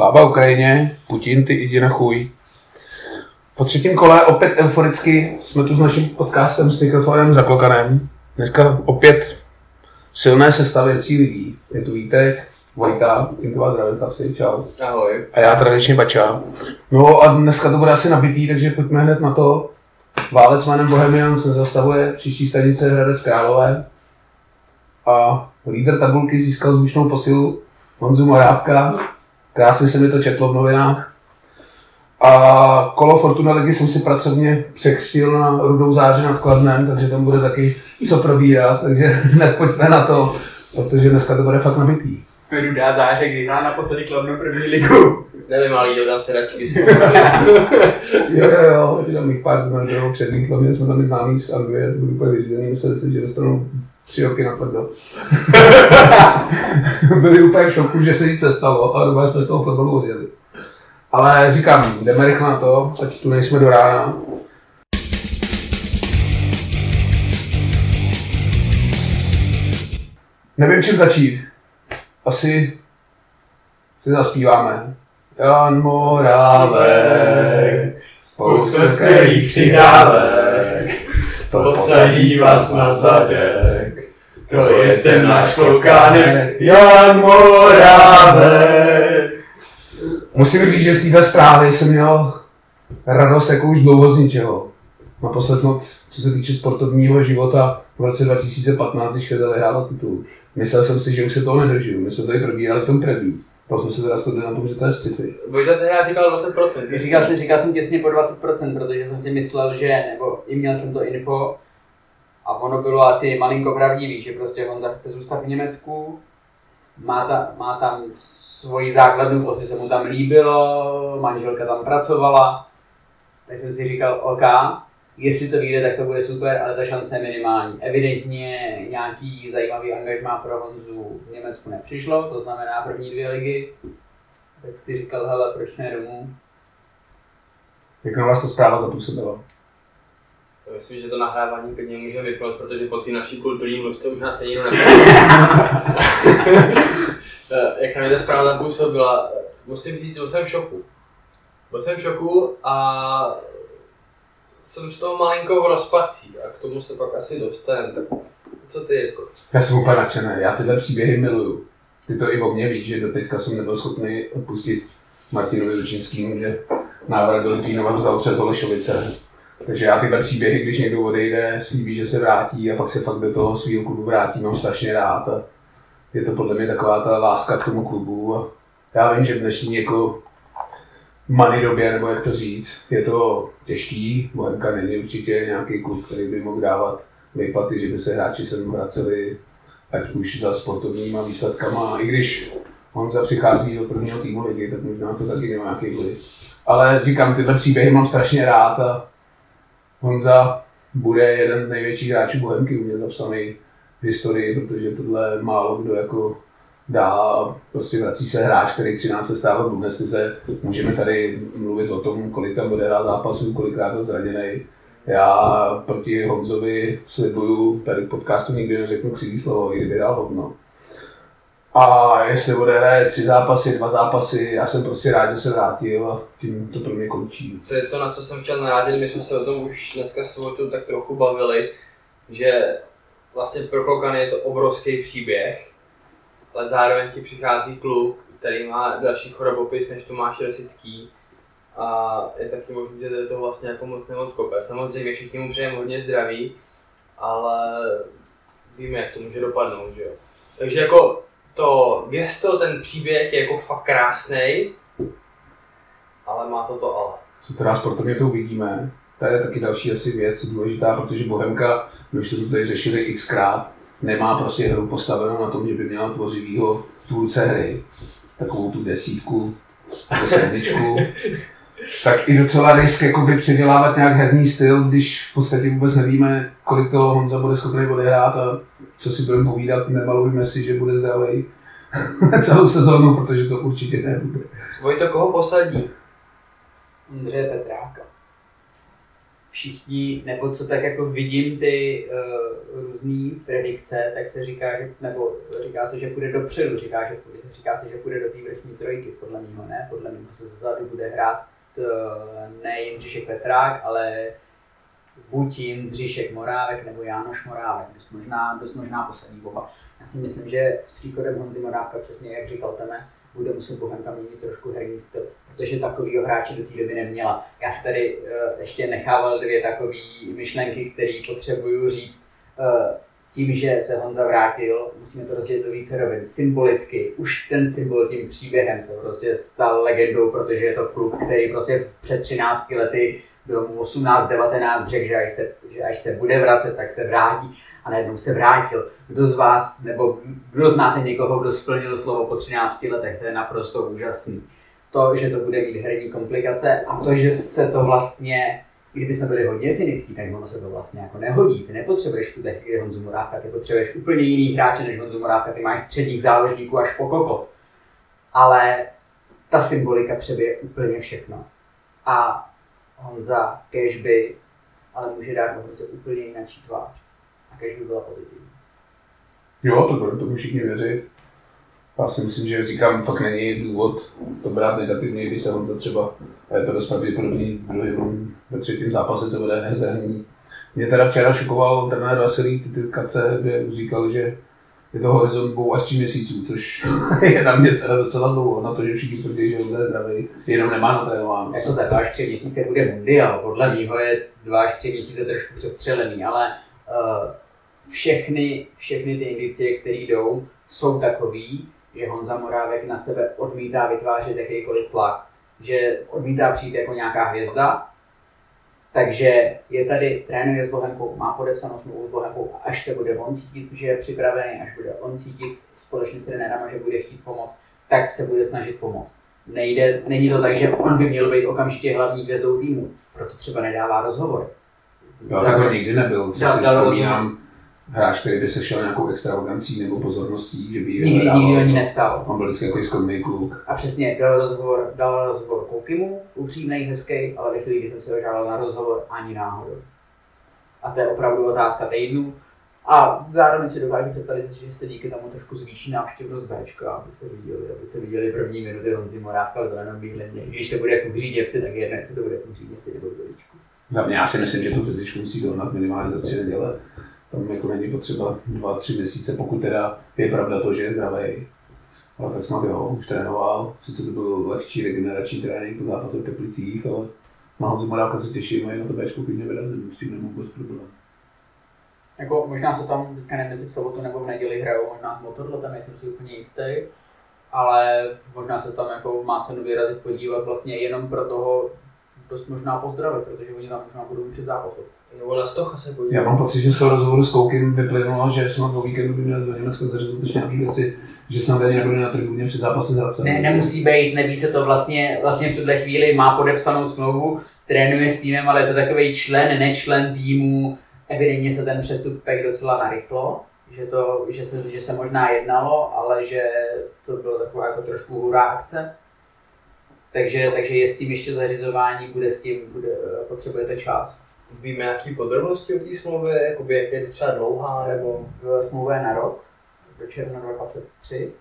Sláva Ukrajině, Putin, ty jdi na chuj. Po třetím kole opět euforicky jsme tu s naším podcastem s mikrofonem Zaklokanem. Dneska opět silné sestavě 3 lidí. Je tu Vítek, Vojta, Tinková zdravím, kapsy, čau. Ahoj. A já tradičně Bača. No a dneska to bude asi nabitý, takže pojďme hned na to. Válec jménem Bohemian se zastavuje příští stanice Hradec Králové. A lídr tabulky získal zvučnou posilu Honzu Morávka. Krásně se mi to četlo v novinách. A kolo Fortuna ligy jsem si pracovně překřtil na Rudou záři nad Kladnem, takže tam bude taky co probírat, takže hned pojďme na to, protože dneska to bude fakt nabitý. Rudá záře, kdy hrál naposledy Kladno první ligu. Nevím, ale jdou tam sedačky. jo, je tam mých pár metrů před Kladnem, jsme tam i známí z Anglie, budu úplně vyřízený, mysleli si, že dostanou 3 roky na tvrdo. Byli úplně v šoku, že se nic nestalo, ale doma jsme z toho fotbalu odjeli. Ale říkám, jdeme rychle na to, ať tu nejsme do rána. Nevím, čím začít. Asi si zaspíváme. Jan Morávek, spoustu skvělých přidávek, posadí vás na zadek. To je ten náš klokánek, Jan Morávek. Musím říct, že z této zprávy jsem měl radost jako už dlouho z ničeho. Naposled snad, co se týče sportovního života, v roce 2015, když Chvěta vyhrála titul. Myslel jsem si, že už se toho nedržím. My jsme tady probírali v tom preview. Pak jsme se teda shodli na tom, že to je sci-fi. Vojta teda říkal 20%. Říkal jsem těsně po 20%, protože jsem si myslel, že, nebo i měl jsem to info, a ono bylo asi malinko pravdivý, že prostě Honza chce zůstat v Německu, má tam svoji základnu, prostě se mu tam líbilo, manželka tam pracovala, tak jsem si říkal, OK, jestli to vyjde, tak to bude super, ale ta šance je minimální. Evidentně nějaký zajímavý angažmá pro Honzu v Německu nepřišlo, to znamená první 2 ligy, tak si říkal, hele, proč ne domů? Jak na vás ta zpráva zapůsobila? Myslím, že to nahrávání klidně může vypnout, protože po té naší kulturní mluvce už nás stejně Jak na mě ta zpráva zapůsobila, musím říct, byl jsem v šoku. Byl jsem v šoku a jsem z toho malinkou v rozpací a k tomu se pak asi dostaneme. Tak co ty, Jirko? Já jsem úplně nadšený, já tyhle příběhy miluju. Ty to i o mě víš, že doteďka jsem nebyl schopný odpustit Martinovi Lučinskému, že návrat do Litvínova vzal přes Holešovice. Takže já tyhle příběhy, když někdo odejde, slíbí, že se vrátí a pak se fakt do toho svého klubu vrátí, mám strašně rád. A je to podle mě taková ta láska k tomu klubu. A já vím, že v dnešní jako money době, nebo jak to říct, je to těžký. Bohemka není určitě nějaký klub, který by mohl dávat výplaty, že by se hráči sem vraceli, ať už za sportovníma výsledkama. I když Honza přichází do prvního týmu ligy, tak možná to taky nemá nějaký vliv. Ale říkám, tyhle příběhy mám strašně rád a Honza bude jeden z největších hráčů Bohemky u mě zapsaný v historii, protože tohle málo kdo jako dá a prostě vrací se hráč, který 13 se stává v Bundeslize. Můžeme tady mluvit o tom, kolik tam bude hrát zápasů, kolikrát byl zraněný. Já proti Honzovi slibuju, tady v podcastu nikdy neřeknu křivý slovo, i kdyby dal hovno. A jestli bude hraje 3 zápasy, 2 zápasy, já jsem prostě rád, že se vrátil a tím to pro mě končí. To je to, na co jsem chtěl narazit, my jsme se o tom už dneska s Vojtou tak trochu bavili, že vlastně pro Klokany je to obrovský příběh, ale zároveň ti přichází kluk, který má další chorobopis než Tomáš Rosický a je taky možný, že to vlastně jako moc neodkope. Samozřejmě všichni mu přejeme hodně zdraví, ale víme, jak to může dopadnout, že jo. Takže jako to gesto, ten příběh je jako fakt krásnej, ale má to ale. Co teda sportovně to uvidíme, to je taky další asi věc důležitá, protože Bohemka, my už to tady řešili xkrát, nemá prostě hru postavenou na tom, že by měla tvořivýho tvůrce hry, takovou tu desítku, nebo 7, tak i docela risk jakoby přidělávat nějak herní styl, když v podstatě vůbec nevíme, kolik toho Honza bude schopný odehrát a co si budeme povídat, nemalujeme si, že bude zdravej celou sezónu, protože to určitě nebude. Vojto, koho posadí? Ondřeje Petráka. všichni, nebo co tak jako vidím ty různé predikce, tak se říká, že, nebo říká se, že půjde dopředu, říká se, že půjde do té vrchní trojky, podle mého ne, podle mého se zezadu bude hrát ne Jindřišek Petrák, ale buď Jindřišek Morávek nebo Jánoš Morávek, dost možná poslední oba. Já si myslím, že s příchodem Honzy Morávka, přesně jak říkal Teme, bude muset Bohemka měnit trošku herní styl, protože takovýho hráče do té doby neměla. Já si tady ještě nechával 2 takové myšlenky, které potřebuju říct. Tím, že se Honza vrátil, musíme to rozdělit do více rovin. Symbolicky, už ten symbol tím příběhem se prostě stal legendou, protože je to kluk, který prostě před 13 lety bylo mu 18-19, řekl, že až se bude vracet, tak se vrátí. A najednou se vrátil. Kdo z vás, nebo kdo znáte někoho, kdo splnil slovo po 13 letech, to je naprosto úžasný. To, že to bude mít herní komplikace a to, že se to vlastně, kdyby jsme byli hodně cynický, tak ono se to vlastně jako nehodí. Ty nepotřebuješ v tu chvíli Honzu Morávka, ty potřebuješ úplně jiný hráče než Honzu Morávka, ty máš středních záložníků až po kokot. Ale ta symbolika přebije úplně všechno. A Honza cashby, ale může dát Honze úplně jináčí tvář. Kež by byla pozitivní. Jo, to můžu všichni věřit. Já si myslím, že říkám, fakt není důvod to brát negativně, když se on to třeba, a je to dost pravděpodobný, ve 3. zápase se bude zranění. Mě teda včera šokoval trenér Vasilij Titkace, kde říkal, že je to horizont 2 až 3 měsíců, což je na mě teda docela dlouho, na to, že všichni tvrdí, že on je zdravý, jenom nemá natrénováno. Jako za 2 až 3 měsíce bude mundial, podle mýho je 2 až 3 měsíce trošku přestřelený, ale všechny ty indicie, které jdou, jsou takový, že Honza Morávek na sebe odmítá vytvářet jakýkoliv tlak, že odmítá přijít jako nějaká hvězda, takže je tady, trénuje s Bohemkou, má podepsanou smlouvu s Bohemkou, až se bude on cítit, že je připravený, až bude on cítit společně s trenérama, že bude chtít pomoct, tak se bude snažit pomoct. Není to tak, že on by měl být okamžitě hlavní hvězdou týmu, proto třeba nedává rozhovory. Jo, tak on nikdy nebyl, co si vzpomínám, hráč, který by se šel nějakou extravagancí nebo pozorností, že by nikdy ani nestal. On byl vždycky jako skromný kluk. A přesně, dal rozhovor Koukimu, upřímnej, hezký, ale ve chvíli, kdy jsem se dožádal na rozhovor, ani náhodou. A to je opravdu otázka týdnu. A zároveň si dokážu představit, že se díky tomu trošku zvýší návštěvnost Bčka, aby se viděli první minuty Honzy Morávka v zeleném bílém. Když to bude Kugříděvsi, tak jedno, jestli to bude Kugříděvsi nebo Bíličku. Za mě já si myslím, že tu fyzičku musí dohnat minimálně za 3 neděle. Tam jako není potřeba 2-3 měsíce, pokud teda je pravda to, že je zdravý. Ale tak snad jo, už trénoval. Sice to byl lehčí regenerační trénink po zápase v Teplicích, ale na Honzu Morávka se těším a na to Bčku klidně vyrazím, s tím nemůžu vůbec problém. Jako možná se tam, teďka nevím, jestli v sobotu nebo v neděli hrajou, možná s motorletem, nejsem si úplně jistý. Ale možná se tam jako má cenu vyrazit podívat vlastně jenom pro toho dost možná pozdravit, protože oni tam možná budou před zápasem. Nebo na Stocha se podívat. Já mám pocit, že z toho rozhovoru s Koukim vyplynulo, že snad o víkendu by měl dneska zařezat nějaké věci, že snad ani nebude na tribuně před zápasem zracen. Ne, nemusí být, neví se to vlastně v tuhle chvíli, má podepsanou smlouvu, trénuje s týmem, ale je to takový člen, nečlen týmu. Evidentně se ten přestup pek docela narychlo, že se možná jednalo, ale že to bylo taková jako trošku hurá akce. Takže je s tím ještě zařizování, potřebuje to čas. Víme nějaké podrobnosti o té smlouvě, jakoby jak je to třeba dlouhá, nebo? Smlouva je na rok, do června 2023.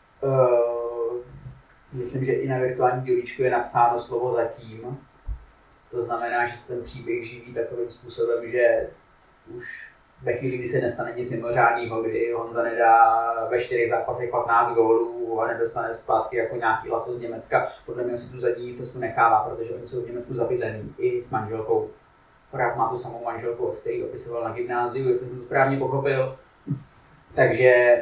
Myslím, že i na virtuální dělíčku je napsáno slovo zatím. To znamená, že se ten příběh živí takovým způsobem, že už ve chvíli, kdy se nestane nic mimořádného, kdy Honza nedá ve 4 zápasech 15 gólů a nedostane zpátky jako nějaký laso z Německa, podle mě si tu zadní cestu nechává, protože oni jsou v Německu zabydlení i s manželkou. Akorát má tu samou manželku, od který opisoval na gymnáziu, jestli jsem to správně pochopil. Takže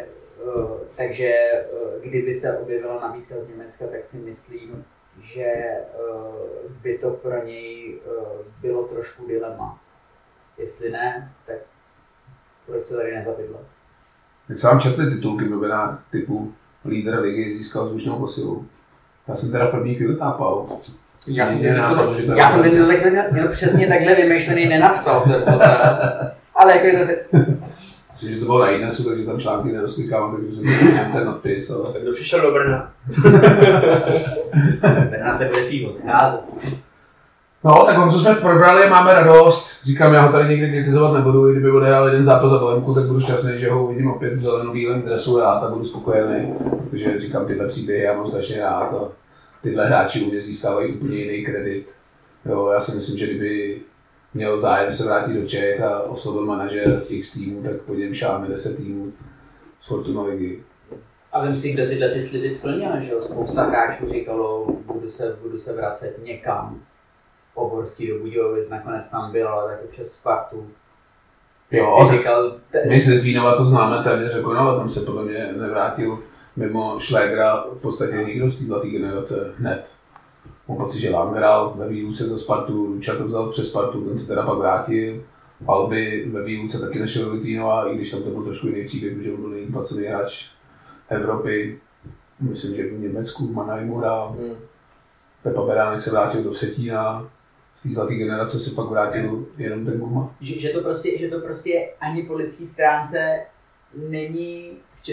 kdyby se objevila nabídka z Německa, tak si myslím, že by to pro něj bylo trošku dilema. Jestli ne, tak proč se tady nezabydlet? Jak se vám četli titulky v novinách typu lídr ligy získal zvučnou posilu? Já jsem teda v první chvíli tápal. Já jsem teď to takhle měl přesně takhle vymýšlený, nenapsal jsem to teda. Ale jako je to hezky. Myslím, že to bylo na Inesu, takže tam články nerozklikávám, takže jsem měl ten nadpis, ale... Tak kdo přišel do Brna? Z Brna se bude spíš odcházet. No, tak on, co jsme probrali, máme radost. Říkám, já ho tady někdy kritizovat nebudu, kdyby odehrál jeden zápas za Bohemku, tak budu šťastný, že ho uvidím opět v zeleno-bílém dresu rád a budu spokojený, protože říkám, tyhle příběhy já mám strašně rád a tyhle hráči u mě získávají úplně jiný kredit. Jo, já si myslím, že kdyby měl zájem se vrátit do Čech a oslovil manažer X týmu, tak po něm šáhne 10 týmů z Fortuna ligy. A vím si, kdo tyhle ty sliby splnil, že jo? Spousta hráčů říkalo, budu se vracet někam. Oborský do Budějovic, nakonec tam byl, ale taky přes Spartu. Jo, říkal, my z Litvínova to známe téměř jako, no, ale tam se podle mě nevrátil mimo Šlégra v podstatě nikdo z té zlaté generace hned. Mám pocit, že Lám hrál ve výluce za Spartu, Luča to vzal přes Spartu, ten se teda pak vrátil. Alby ve výluce taky nešel do Litvínova, i když tam to byl trošku jiný příběh, protože on byl nejvíc placený hráč Evropy. Myslím, že v Německu, v Mannheimu hrál. Pepa Beránek se vrátil do Vsetína, z té zlaté generace se pak vrátil jenom ten Guma. Že to prostě ani po lidské stránce není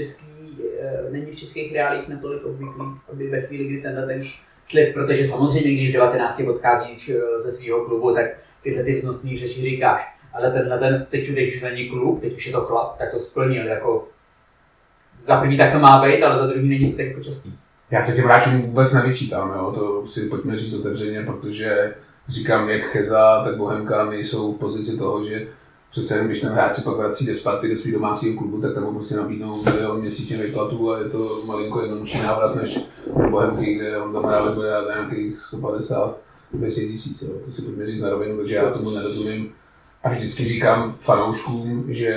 v českých reálích natolik obvyklý, aby ve chvíli, kdy ten slib, protože samozřejmě, když v 19 odcházíš ze svého klubu, tak tyhle ty vznosné řeči říkáš, ale ten teď už není klub, teď už je to chlap, tak to splnil, jako za první tak to má být, ale za druhý není to tak jako častý. Já to těm hráčům vůbec nevyčítám, jo? To si pojďme říct otevřeně, protože říkám, jak Cheza, tak Bohemka nejsou v pozici toho, že přece jen když ten hráč se pak vrací do Sparty, do svého domácího klubu, tak tam mu prostě nabídnou 1 milion měsíčně výplatu a je to malinko jednodušší návrat než do Bohemky, kde on tam hrále bude dát nějakých 150 200 tisíc. To si pojďme říct na rovinu, takže já tomu nerozumím. A vždycky říkám fanouškům, že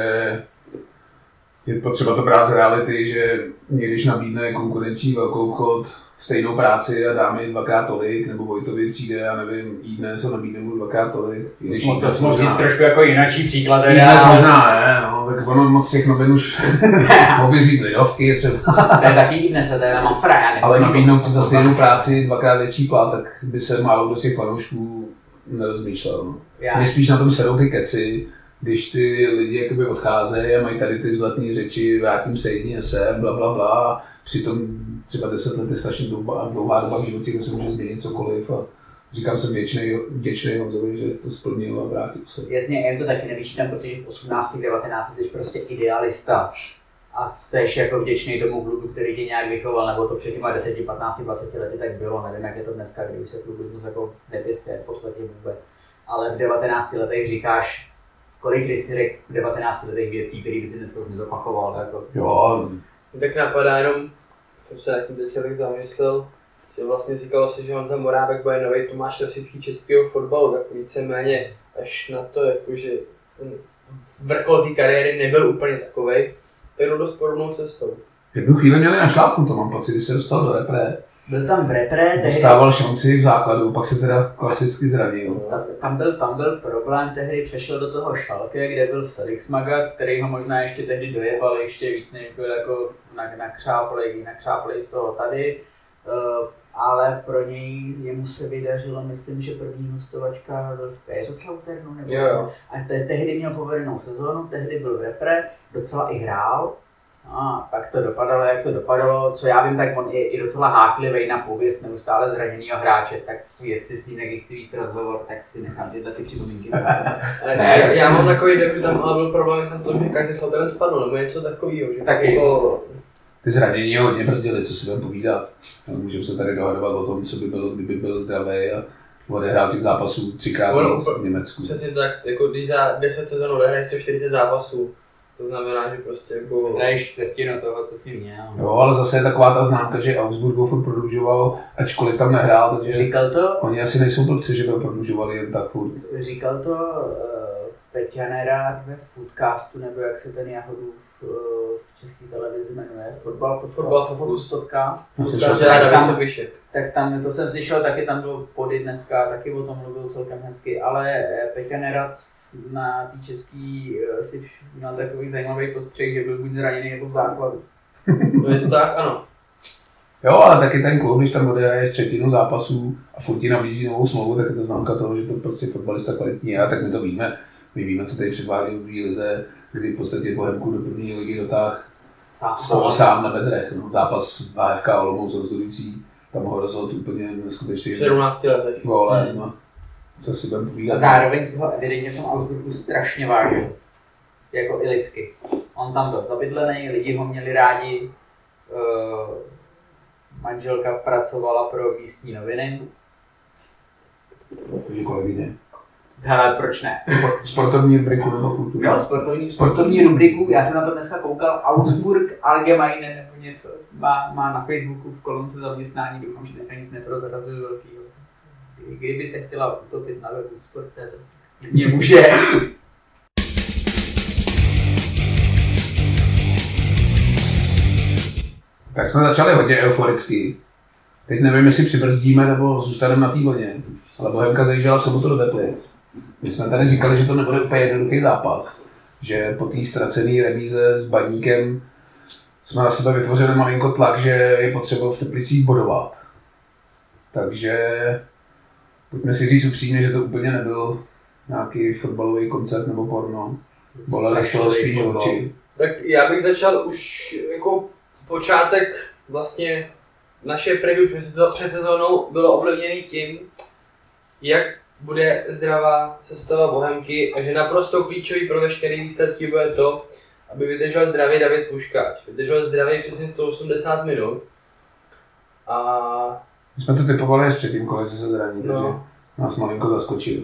je potřeba to brát z reality, že když nabídne konkurenční velkoobchod stejnou práci a dáme jim 2x tolik, nebo Vojtovi přijde, já nevím, Jídnes a nabídne mu 2x tolik. To jsme říct trošku jako jináčí příklad. Jídnes možná, ne, no, tak ono moc těch novin už mohl říct Lidovky třeba. To je taky Jídnes, to je mám fraja. Ale nabídnout ti za stejnou práci 2x větší plat, tak by se málo do těch fanoušků nerozmýšlel. No. Mě spíš na tom sedou ty keci, když ty lidi jakoby odcházejí a mají tady ty zlatné řeči, vrátím se jedni sem, blablabla, přitom třeba 10 let je strašně dlouhá doba v životě, kde se může změnit cokoliv a říkám, jsem vděčný Honzovi, že to splnil a vrátil se. Jasně, já to taky nevyčítám, protože v 18, 19 jsi prostě idealista a seš jako vděčný tomu klubu, který tě nějak vychoval, nebo to před těma 10, 15, 20 lety tak bylo, nevím, jak je to dneska, kdy už se klubismus jako nepěstuje v podstatě vůbec, ale v 19 letech říkáš, kolik jsi řekl v 19 letech věcí, které by si dneska už nezopakoval, jako. Jo. Tak napadá jenom, jsem se nad tím teď tak zamyslel, že vlastně říkalo se, že Honza Morábek bude nový Tomáš Rosický českého fotbalu, tak víceméně až na to, jakože ten vrchol té kariéry nebyl úplně takovej, tak jdou dost podobnou cestou. Jednu chvíli měli na šlápku, to mám pocit, když se dostal do repre. Byl tam v repre, dostával šanci v základu, pak se teda klasicky zranil. Tam byl problém, tehdy přešel do toho Schalke, kde byl Felix Magath, který ho možná ještě tehdy dojebal ještě víc, než byl jako nakřáplej z toho tady. Ale pro něj jemu se vydařilo, myslím, že první hostovačka v Kaiserslauternu nebo jo. A tehdy měl povedenou sezónu, tehdy byl v repre, docela i hrál. A pak to dopadalo, jak to dopadalo. Co já vím, tak on je i docela háklivý na pověst neustále zraněnýho hráče, tak jestli s ním taky chci víc rozhovor, tak si nechám tyhle ty připomínky. Já mám takový, že tam ale byl problém, že jsem to, že každý Slauteren spadl, nebo něco takového. Taky. Jako... Ty zranění hodně brzdily, co si budeme povídat. Můžeme se tady dohadovat o tom, co by bylo, kdyby byl zdravý a odehrál těch zápasů 3x v Německu. Přesně tak, jako když za 10 sezónů odehraješ 140 zápasů, to znamená, že prostě jako... Hraješ čtvrtinu toho, co jsi měl. Jo, ale zase je taková ta známka, že Augsburg ho furt prodlužoval, ačkoliv tam nehrál, takže říkal to, oni asi nejsou blbci, že by ho prodlužovali jen tak furt. Říkal to Peťa Nerad ve Foodcastu, nebo jak se ten Jahodův v české televizi jmenuje, Fotbal podcast. Tak tam, to jsem slyšel, taky tam byl Pody dneska, taky o tom mluvil celkem hezky, ale Peťa Nerad na té český si měl takový zajímavý postřeh, že byl buď zraněný nebo v základu. No je to tak, ano. Jo, ale taky ten klub, když tam odehraje třetinu zápasů a furt ti nabízí novou smlouvu, tak je to známka toho, že to prostě fotbalista kvalitní je, a tak my to víme. My víme, co tady předvádí v lize, kdy v podstatě Bohemku do první ligy dotáhl sám na bedrech. No. Zápas AFK Olomouc rozhodující, tam ho rozhodl úplně neskutečně. 17 letech. Gólem. No. To si budeme povídat. A zároveň si ho evidentně v tom Augsburgu strašně vážil. Jako i lidsky. On tam byl zabydlený, lidi ho měli rádi. Manželka pracovala pro místní noviny. Kolegyně. Hele, proč ne? Sportovní rubriku nebo kulturu? Jo, sportovní rubriku, já jsem na to dneska koukal, Augsburg Allgemeine nebo něco, má na Facebooku v kolonce zaměstnání, doufám, že teďka nic neprozrazuje velkýho. Kdyby se chtěla utopit na webu Sport.cz, mě může. Tak jsme začali hodně euforicky. Teď nevím, jestli přibrzdíme nebo zůstaneme na té vlně, ale Bohemka zajížděla v sobotu do Teplic. My jsme tady říkali, že to nebude úplně jednoduchý zápas, že po té ztracené remíze s Baníkem jsme na sebe vytvořili malinko tlak, že je potřeba v Teplicích bodovat. Takže pojďme si říct upřímně, že to úplně nebyl nějaký fotbalový koncert nebo porno. Boleli z toho spíš oči. Tak já bych začal už jako počátek vlastně naše preview před sezónou bylo ovlivněný tím, jak bude zdravá sestava Bohemky a že naprosto klíčový pro veškerý výsledky bude to, aby vydržel zdravý David Puškáč. Vydržel zdravý přesně 180 minut. A my jsme to typovali s třetím kole, že se zraní, takže nás malinko zaskočil.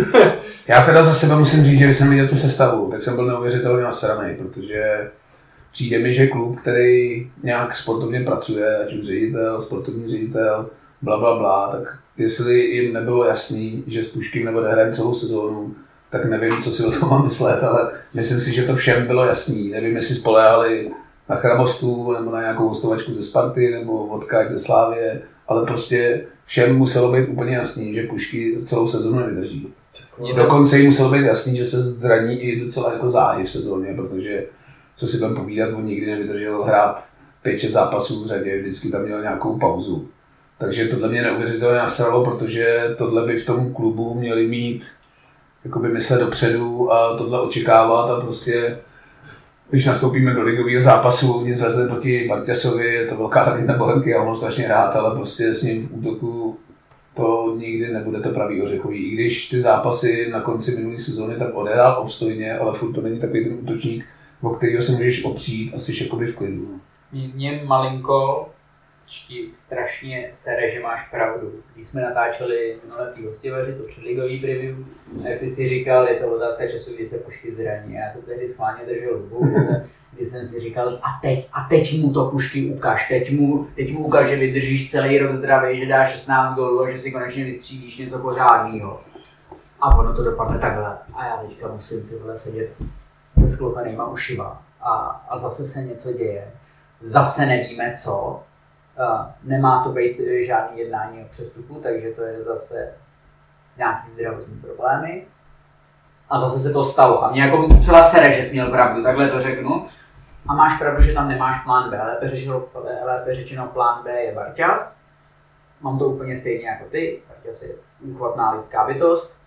Já teda za sebe musím říct, že když jsem viděl tu sestavu, tak jsem byl neuvěřitelně nasranej, protože přijde mi, že klub, který nějak sportovně pracuje, ať už ředitel, sportovní ředitel, blablabla, tak jestli jim nebylo jasný, že s Puškým nebude hrát celou sezónu, tak nevím, co si o tom mám myslet, ale myslím si, že to všem bylo jasný. Nevím, jestli spoléhali na Chramostu, nebo na nějakou hostovačku ze Sparty, nebo odkáď ze Slávie, ale prostě všem muselo být úplně jasný, že Pušky celou sezónu nevydrží. Dokonce jim muselo být jasný, že se zraní i docela jako záhy v sezóně, protože co si budeme povídat, on nikdy nevydržel hrát 5-6 zápasů v řadě, vždycky tam měl nějakou pauzu. Takže tohle mě neuvěřitelně nasralo, protože tohle by v tom klubu měli mít, jakoby myslet dopředu a tohle očekávat a prostě, když nastoupíme do ligového zápasu, nic zase proti Barťasovi, je to velká hrdina Bohemky a on strašně rád, ale prostě s ním v útoku to nikdy nebude to pravý ořechový. I když ty zápasy na konci minulé sezóny tak odehrál obstojně, ale furt to není takový ten útočník, o kterého se můžeš opřít a jsi jakoby v klidu. Mě malinko strašně sere, že máš pravdu. Když jsme natáčeli minulé v Hostivaři, to předligový preview, tak ty si říkal, je to otázka času, kdy se Pušky zraní. A já se tehdy schválně držel rubu, kdy jsem si říkal, a teď mu to Pušky ukáž, teď mu ukáž, že vydržíš celý rok zdravý, že dáš 16 gólů a že si konečně vystřílíš něco pořádného. A ono to dopadne takhle. A já teďka musím tyhle sedět se sklopenýma ušima. A zase se něco děje. Zase nevíme co. Nemá to být žádný jednání o přestupu, takže to je zase nějaký zdravotní problémy. A zase se to stalo. A mě jako celá sere, že jsi měl pravdu, takhle to řeknu. A máš pravdu, že tam nemáš plán B. Lépe řečeno plán B je Barťas. Mám to úplně stejně jako ty. Barťas je úchvatná lidská bytost.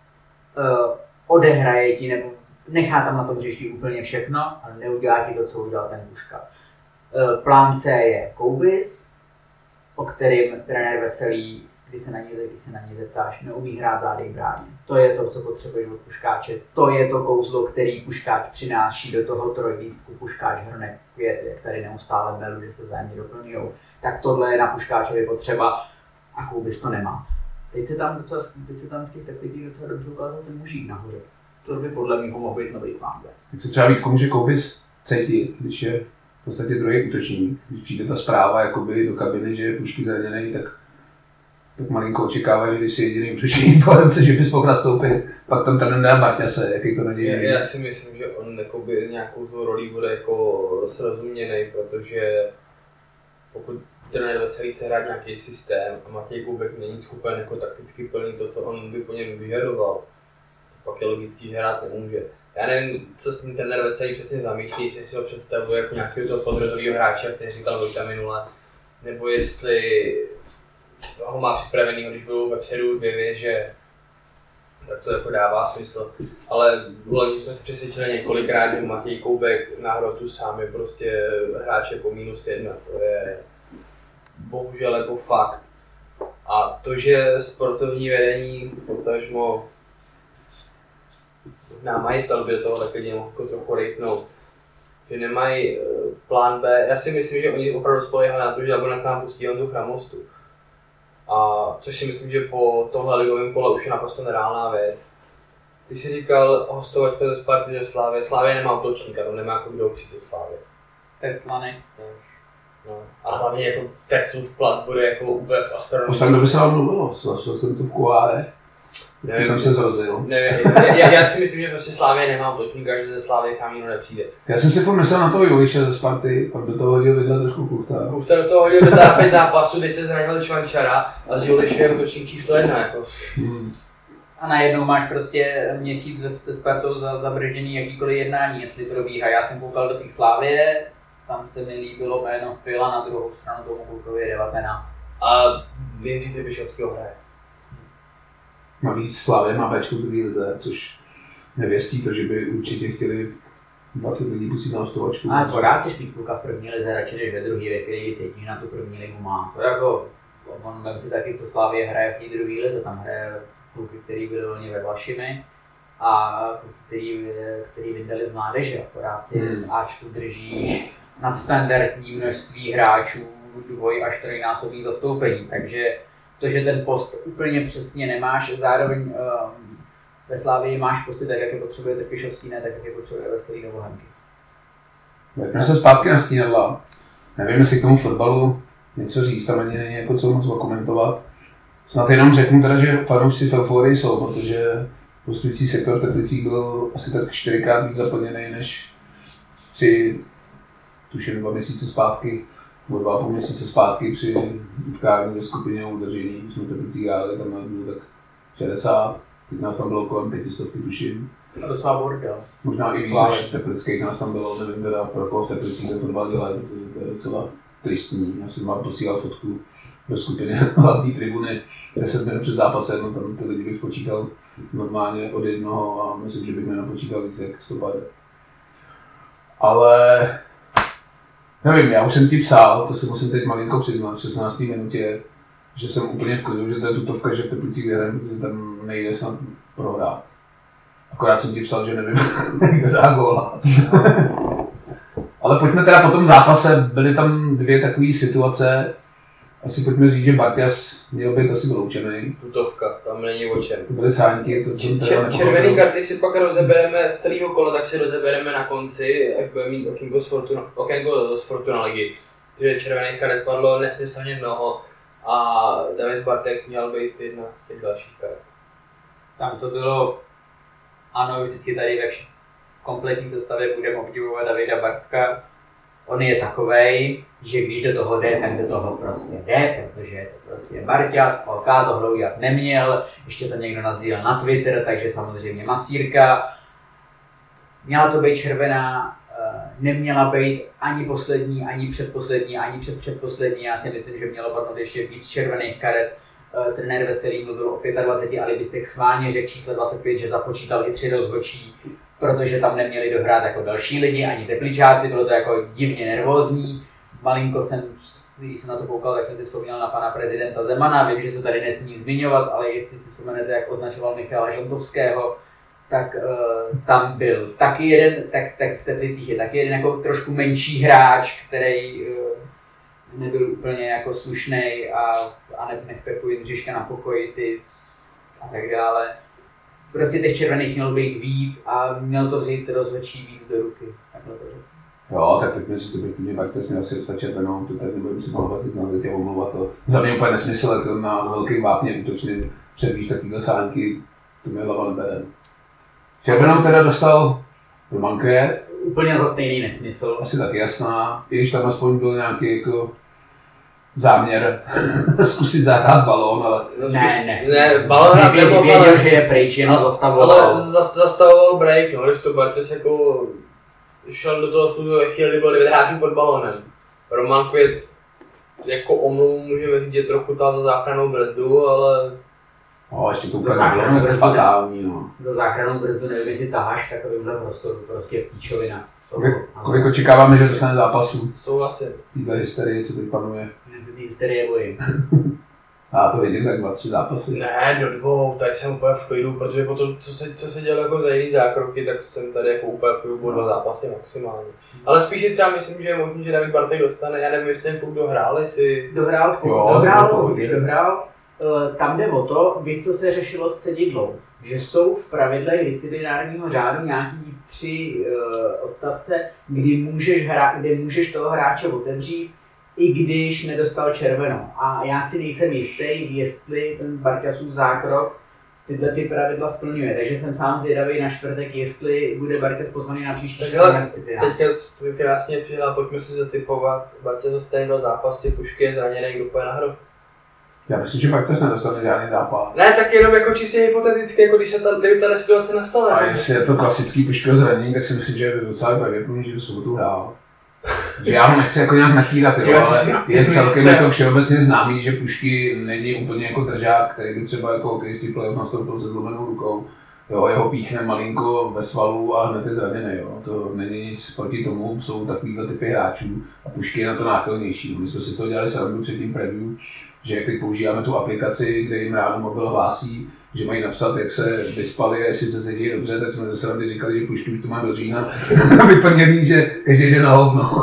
Odehraje ti nebo nechá tam na tom hřišti úplně všechno, ale neudělá ti to, co udělal ten Puška. Plán C je Koubis, o kterým trenér Veselý, když se na něj zeptáš, neumí hrát zády k bráně. To je to, co potřebuješ od Puškáče. To je to kouzlo, který Puškáč přináší do toho trojlístku Puškáč Hrnek Květ, jak tady neustále melu, že se vzájemně doplňujou. Tak tohle je na Puškáčovi potřeba a Koubis to nemá. Teď se tam v těch Teplicích docela dobře ukázal ten mužík nahoře. To by podle mě mohl být nový plán. Tak se třeba víc komu, že Koubis cítit, když je v podstatě druhý útočník. Když přijde ta zpráva jakoby do kabiny, že je Pušky zraněný, tak malinko očekává, že když si jediný útočník poradce, že bys mohl nastoupit, pak tam ten nedá Barťase, jaký to naděje. Já si myslím, že on jakoby nějakou tu rolí bude jako srozuměný, protože pokud trenér Veselý chce hrát nějaký systém a Matěj Koubek není schopen jako takticky plnit to, co on by po něm vyžadoval, pak je logický, že hrát nemůže. Já nevím, co s tím trenér Veselý přesně zamýšlí, jestli si ho představuje jako nějakého toho podrodového hráče, který říkal Vojta minule, nebo jestli ho má připravenýho, když budou vepředu dvě věže, tak to jako dává smysl. Ale loni jsme se přesvědčili několikrát, že Matěj Koubek na hrotu sám je prostě hráče po -1, to je bohužel jako fakt. A A to, že sportovní vedení, potažmo možná majitel by do toho klidně mohl trochu rejpnout, že nemají plán B. Já si myslím, že oni opravdu spoléhají na to, že nakonec nám pustí Honzu Chramostu. A což si myslím, že po tomhle ligovém kole už je naprosto nereálná věc. Ty jsi říkal hostovat ze Sparty ze Slávy. Slávě nemá útočníka, tam nemá jako kdo přijít ze Slávy. Tecla nechce. No. A hlavně jako Texův plat bude jako úplně v astronomii. Už tam doby se vám mluvilo, slyšel jsem to v kuláre. Nevím, jsem se zrozil. Nevím, já si myslím, že prostě Slávě nemá útočníka, že ze Slávy kam jinou nepřijde. Já jsem si furt myslel na toho Juliše ze Sparty, pak do toho hodil vidle trošku Kuchta. Kuchta do toho hodil 5 zápasů, teď se zranil Čvančara a z Juliše je útočník číslo 1 jako. A najednou máš prostě měsíc se Spartou zabržděný jakýkoliv jednání, jestli probíhá. Já jsem koukal do té Slávie, tam se mi líbilo jméno Fila, na druhou stranu tomu klukovi je 19. A Jindřich Trpišovského hraje. Navíc Slavě má Bčko v druhé lize, což nevěstí to, že by určitě chtěli 20 lidí pustit na hostovačku. Ale pořád chceš mít kluka v první lize, radši než ve druhé, ve které cítíš na tu první ligu má. To jako, on vem si taky, co Slavě hraje v té druhé lize, tam hraje kluky, který byli volně ve Vlašimi a kluky, který vydali z mládeže, akorát si z Ačku držíš nadstandardní množství hráčů, 2- až 3násobný zastoupení, takže to, že ten post úplně přesně nemáš, zároveň ve Slávii máš posty tak, jak je potřebuje Trpišovský, ne tak, jak je potřebuje Veselý nebo Bohemky. Vrátíme se zpátky na Stínadla. Nevím, jestli k tomu fotbalu něco říct, tam ani není jako co moc komentovat. Snad jenom řeknu teda, že fanoušci v euforii jsou, protože hostující sektor Teplicích byl asi tak 4krát víc zaplněný než při tuším 2 měsíce zpátky, nebo 2,5 měsíce zpátky při utkání ve skupině o udržení. My jsme Teplicích hráli, tam bylo tak 60, teď nás tam bylo kolem 500 tuším. A docela bordel. Možná i víc než Teplických nás tam bylo, nevím teda pro koho v Teplicích ten fotbal dělají, protože to je docela tristní. Já jsem vám posílal fotku do skupiny hlavní tribuny 10 minut před zápasem, no tam ty lidi bych počítal normálně od jednoho a myslím, že bych nenapočítal víc jak 150. Ale nevím, já už jsem ti psal, to si musím teď malinko přiznat, v 16. minutě, že jsem úplně v klidu, že to je tutovka, že v Teplicích vyhrajeme, protože tam nejde snad prohrát. Akorát jsem ti psal, že nevím, kdo dá góla. Ale pojďme teda po tom zápase, byly tam 2 takové situace. Asi pojďme říct, že Bartias měl být asi vyloučený. Tutovka, tam není o čem. To byly sáňky, to jsem teda nepochopil. Červený karty si pak rozebereme z celého kola, tak si rozebereme na konci, jak bude mít okénko z Fortuna ligy. Takže červených karet padlo nesmyslně mnoho a David Bartek měl být jedna z těch dalších karet. Tam to bylo, ano, vždycky tady v kompletní sestavě budeme obdivovat Davida Bartka. On je takovej, že když do toho jde, tak do toho prostě jde, protože je to prostě Barťas, OK, tohle udělat neměl, ještě to někdo nazýval na Twitter, takže samozřejmě masírka. Měla to být červená, neměla být ani poslední, ani předposlední, ani předposlední. Já si myslím, že mělo padnout ještě víc červených karet. Trenér Veselý mluvil o 25 alibistech, schválně řekl číslo 25, že započítal i 3 rozhodčí, protože tam neměli dohrát jako další lidi, ani Tepličáci, bylo to jako divně nervózní. Malinko když jsem na to koukal, tak jsem si vzpomněl na pana prezidenta Zemana, vím, že se tady nesmí zmiňovat, ale jestli si vzpomenete, jak označoval Michala Žontovského, tak tam byl taky jeden, tak v Teplicích je taky jeden jako trošku menší hráč, který nebyl úplně jako slušnej a nechpepu Jindřiška na pokoji a tak dále. Prostě těch červených mělo být víc a měl to vzít rozhodčí víc do ruky. Takhle to řekl. Jo, tak pojďme říct, že mě Bartes měl si dostat červenou, to tady nebudeme si pamatovat, teď znamená tě omlouvat to. Za mě úplně nesmysl, jako na velkým vápně útočným předvíst takovýhle sáňky, to mě hlava nebere. Červenou teda dostal Roman Květ. Úplně za stejný nesmysl. Asi taky jasná, i když tam aspoň byl nějaký jako záměr zkusit zahrát balón, ale... Ne, balón hrát nebo věděl, že je pryč, jenom zastavoval. Ale zastavoval break, no, když to Bartes jako šel do toho skutku ve chvíli, byl 9 hráčů pod balónem. Roman Květ jako omluvu můžeme říct, že trochu tál za záchrannou brzdu, ale... No, ještě to úplně nebylo tak fatální, no. Za záchrannou brzdu nevím, jestli taháš v takovýmhle prostoru, prostě píčovina. Kolik očekáváme, že dostane zápasů? Souhlasím. Týhle hysterie, co teď panuje. Ty hysterie bojím. A to vidím tak 2-3 zápasy. Ne, do 2, tady jsem úplně v klidu, protože po tom, co se dělo jako za jiný zákroky, tak jsem tady jako úplně v klidu po 2 zápasy maximálně. Ale spíš si třeba myslím, že je možný, že David Bartek dostane, já nevím, jestli ten kluk dohrál, jestli... Dohrál. Tam jde o to, víš, co se řešilo s cedidlou, že jsou v pravidlech disciplinárního řádu nějaký 3 odstavce, kdy můžeš toho hráče otevřít, i když nedostal červenou. A já si nejsem jistý, jestli ten Barkasův zákrok tyhle ty pravidla splňuje. Takže jsem sám zvědavý na čtvrtek, jestli bude Barkas pozvaný na příští disciplína. Teďka krásně přihla, pojďme si zatipovat. Barkas dostane 2 zápasy, Pušky je zraněný, kdo půjde na hru. Já myslím, že Barkas nedostane žádný zápas. Ne, tak jenom jako čistě hypoteticky, jako když se kdyby ta situace nastala. A jestli je to klasický Puškého zranění, tak si myslím, že je docela pravděpodobný, že do sobotu hrál. Že já ho nechci jako nějak nachýlat, ale je celkem jako všeobecně známý, že Pušky není úplně jako držák, který by třeba jako hokejistý playoff nastoupil se zlomenou rukou. Jo, jeho píchne malinko ve svalu a hned je zraněný. Jo. To není nic proti tomu, jsou takovýhle typy hráčů a Pušky je na to náchylnější. My jsme si z toho dělali srandu před tím preview, že jak teď používáme tu aplikaci, kde jim ráno mobil hlásí, že mají napsat, jak se vyspali a jestli se sedí dobře, tak jsme zase srandy říkali, že Pušky už to má do října vyplněný, že každý jde na hovno.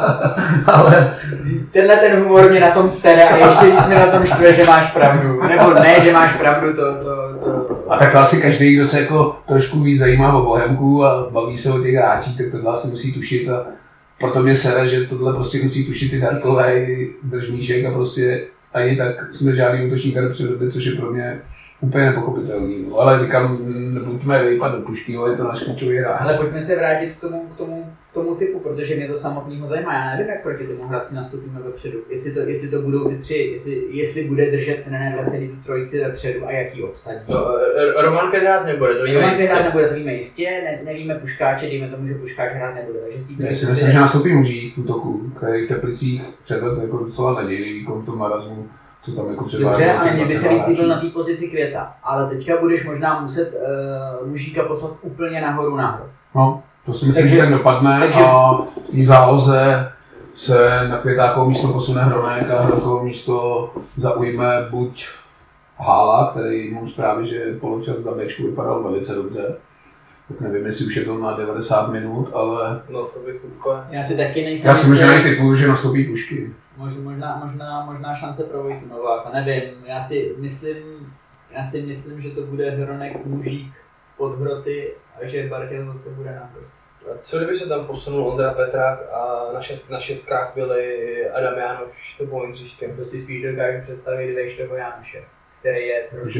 Ale tenhle ten humor mě na tom sere a ještě víc mě na tom štve, že máš pravdu. Nebo ne, že máš pravdu, to. A tak asi každý, kdo se jako trošku víc zajímá o Bohemku a baví se o těch hráčích, tak tohle asi musí tušit a proto mě sere, že tohle prostě musí tušit i Darkové, i Držmíšek a prostě ani tak jsme žádný útočníka nepředvedli, což je pro mě úplně nepochopitelný. No. Ale říkám, buďme vypadat do Puškyho, je to náš klíčový hráč. Ale pojďme se vrátit k tomu typu, protože mě to samotného zajímá. Já nevím, jak proti tomu hráci nastoupíme vepředu. Jestli to budou ty 3, jestli bude držet trenér Veselý tu trojici vepředu a jaký obsadí. No, Roman Pedrát nebude, to víme jistě. To víme jistě, nevíme Puškáče, dejme tomu, že Puškáč hrát nebude. Já si myslím, že nastoupí Mužík v útoku, který v Teplicích předvedl jako docela nadějný výkon v tom marazmu. Co tam jako dobře, ale mě by se líbil na té pozici Květa, ale teďka budeš možná muset Mužíka poslat úplně nahoru. No, to si myslím, že tak dopadne a v záloze se na Květákovo místo posune Hronek a Hronkovo místo zaujme buď Hála, který mám zprávy, že poločas za Bčku vypadal velice dobře. Tak nevím, jestli už je to na 90 minut, ale... No to bych úplně... Já si taky nejsem... Já si možná i typuju, že nastoupí Pušky. Možná šance pro Vojtu Nováka, nevím. Já si myslím, že to bude Hronek, Mužík, Podhroty a že Barkel zase bude nahoru. Co kdyby se tam posunul Ondra Petrák a na šestkách byli Adam Jánoš nebo Jindřiškem? To si spíš dokážu představit Vejšteho Jánoše, který je trošku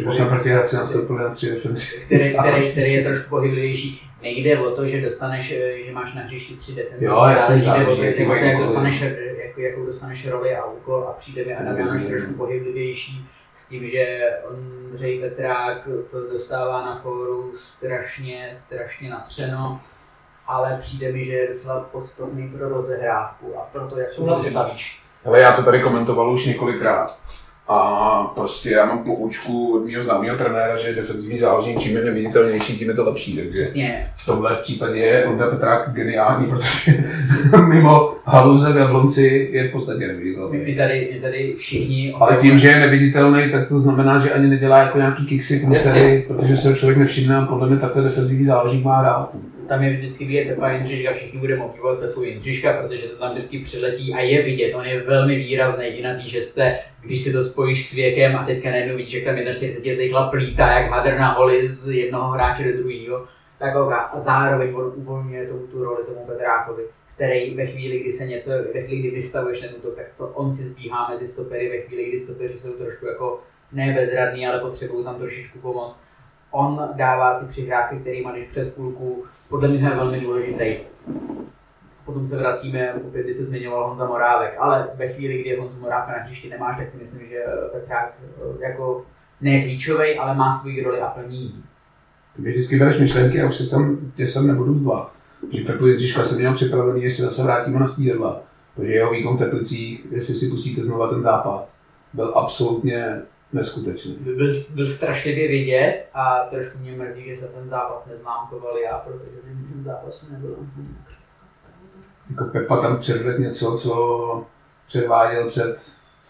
který je trošku pohyblivější. Nejde o to, že máš na hřišti 3 defenzivní hráče, jde o to, jakou dostaneš roli a úkol a přijde mi Adam Jánoš trošku pohyblivější s tím, že Ondřej Petrák to dostává na fóru strašně natřeno, ale přijde mi, že je docela podstatný pro rozehrávku a proto jak to stavíš. Ale já to tady komentoval už několikrát. A prostě já mám poučku od mého známého trenéra, že defenzivní záložník čím je neviditelnější, tím je to lepší. Takže přesně. V tomhle případě je Ondra Petrák geniální, protože mimo Haluze v Jablonci je v podstatě neviditelný. My tady všichni... Ale tím, že je neviditelný, tak to znamená, že ani nedělá jako nějaký kiksy průsery, protože se člověk nevšimne a podle mě takhle defenzivní záložník má hrát. Tam je vždycky vidět Pepa Jindřiška, všichni budeme obdivovat Pepu Jindřiška, protože to tam vždycky přiletí a je vidět, on je velmi výrazný i na té šestce, když si to spojíš s věkem a teďka najednou vidíš, jak tam 41letý chlap plítá jak hadr na holi z jednoho hráče do druhého, tak a zároveň on uvolňuje tu roli tomu Petrákovi, který ve chvíli, kdy vystavuješ ten útok, tak to on si zbíhá mezi stopery, ve chvíli, kdy stopeři jsou trošku jako ne bezradní, ale potřebují tam trošičku pomoct. On dává ty přihrávky, které máš před půlku, podle mě je velmi důležitý. Potom se vracíme, opět by se zmiňoval Honza Morávek, ale ve chvíli, kdy Honzu Morávka na hřišti nemáš, tak si myslím, že Petrák jako ne klíčový, ale má svou roli a plní. Ty vždycky bereš myšlenky a už se tě sem nebudu zdvat. Že Pepu Jindřiška jsem měl připravený, jestli zase vrátíme na Stýdedla. Protože jeho výkon v Teplicích, jestli si pustíte znova ten západ, byl absolutně neskutečný. Byl strašlivě vidět a trošku mě mrzí, že se ten zápas neznámkoval já, protože v zápasu nebyl. Jako Pepa tam předvedl něco, co předváděl před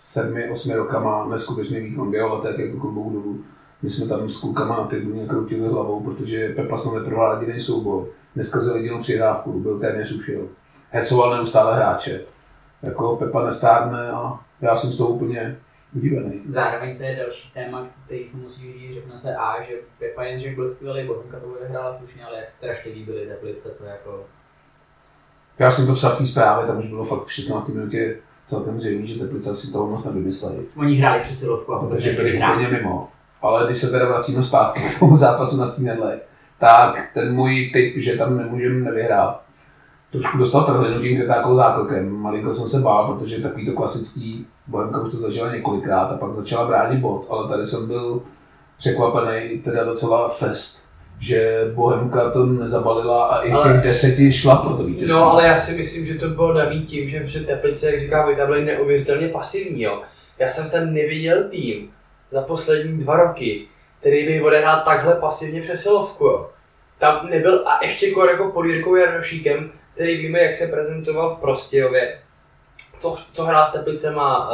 7-8 rokama neskutečný výkon, běhal tak jako klubou dolů. My jsme tam s klukama na tribuně kroutili hlavou, protože Pepa jsem netrval jediný souboj. Neskazil jedinou přihrávku, byl téměř ušel. Hecoval neustále hráče. Jako Pepa nestárne a já jsem z toho úplně udívený. Zároveň to je další téma, který se musí říct, řekne se že Pepa Jindřich byl skvělý, Bohemka to odehrála slušně, ale jak strašlivý byly Teplice, to jako... Já jsem to psal v té zprávě, tam už bylo fakt v 16. minutě celkem zřejmé, že Teplice si toho moc nevymysleli. Oni hráli přesilovku a protože byli úplně mimo. Ale když se teda vracíme zpátky k tomu zápasu na Stínedle, tak ten můj tip, že tam nemůžeme nevyhrát, trošku dostal trhlinutím Krytákou zákrokem. Malinko jsem se bál, protože takový to klasický, Bohemka už to zažila několikrát a pak začala bránit bod, ale tady jsem byl překvapený, teda docela fest, že Bohemka to nezabalila a i v těch 10 šla pro to vítězství. No ale já si myslím, že to bylo daný tím, že Teplice, jak říká Vojta, byly neuvěřitelně pasivní. Jo. Já jsem tam neviděl tým za poslední 2 roky, který by odehrál takhle pasivně přesilovku. Jo. Tam nebyl, a ještě jako pod Jirkou Jardošíkem, který víme, jak se prezentoval v Prostějově, co hrál s Teplicema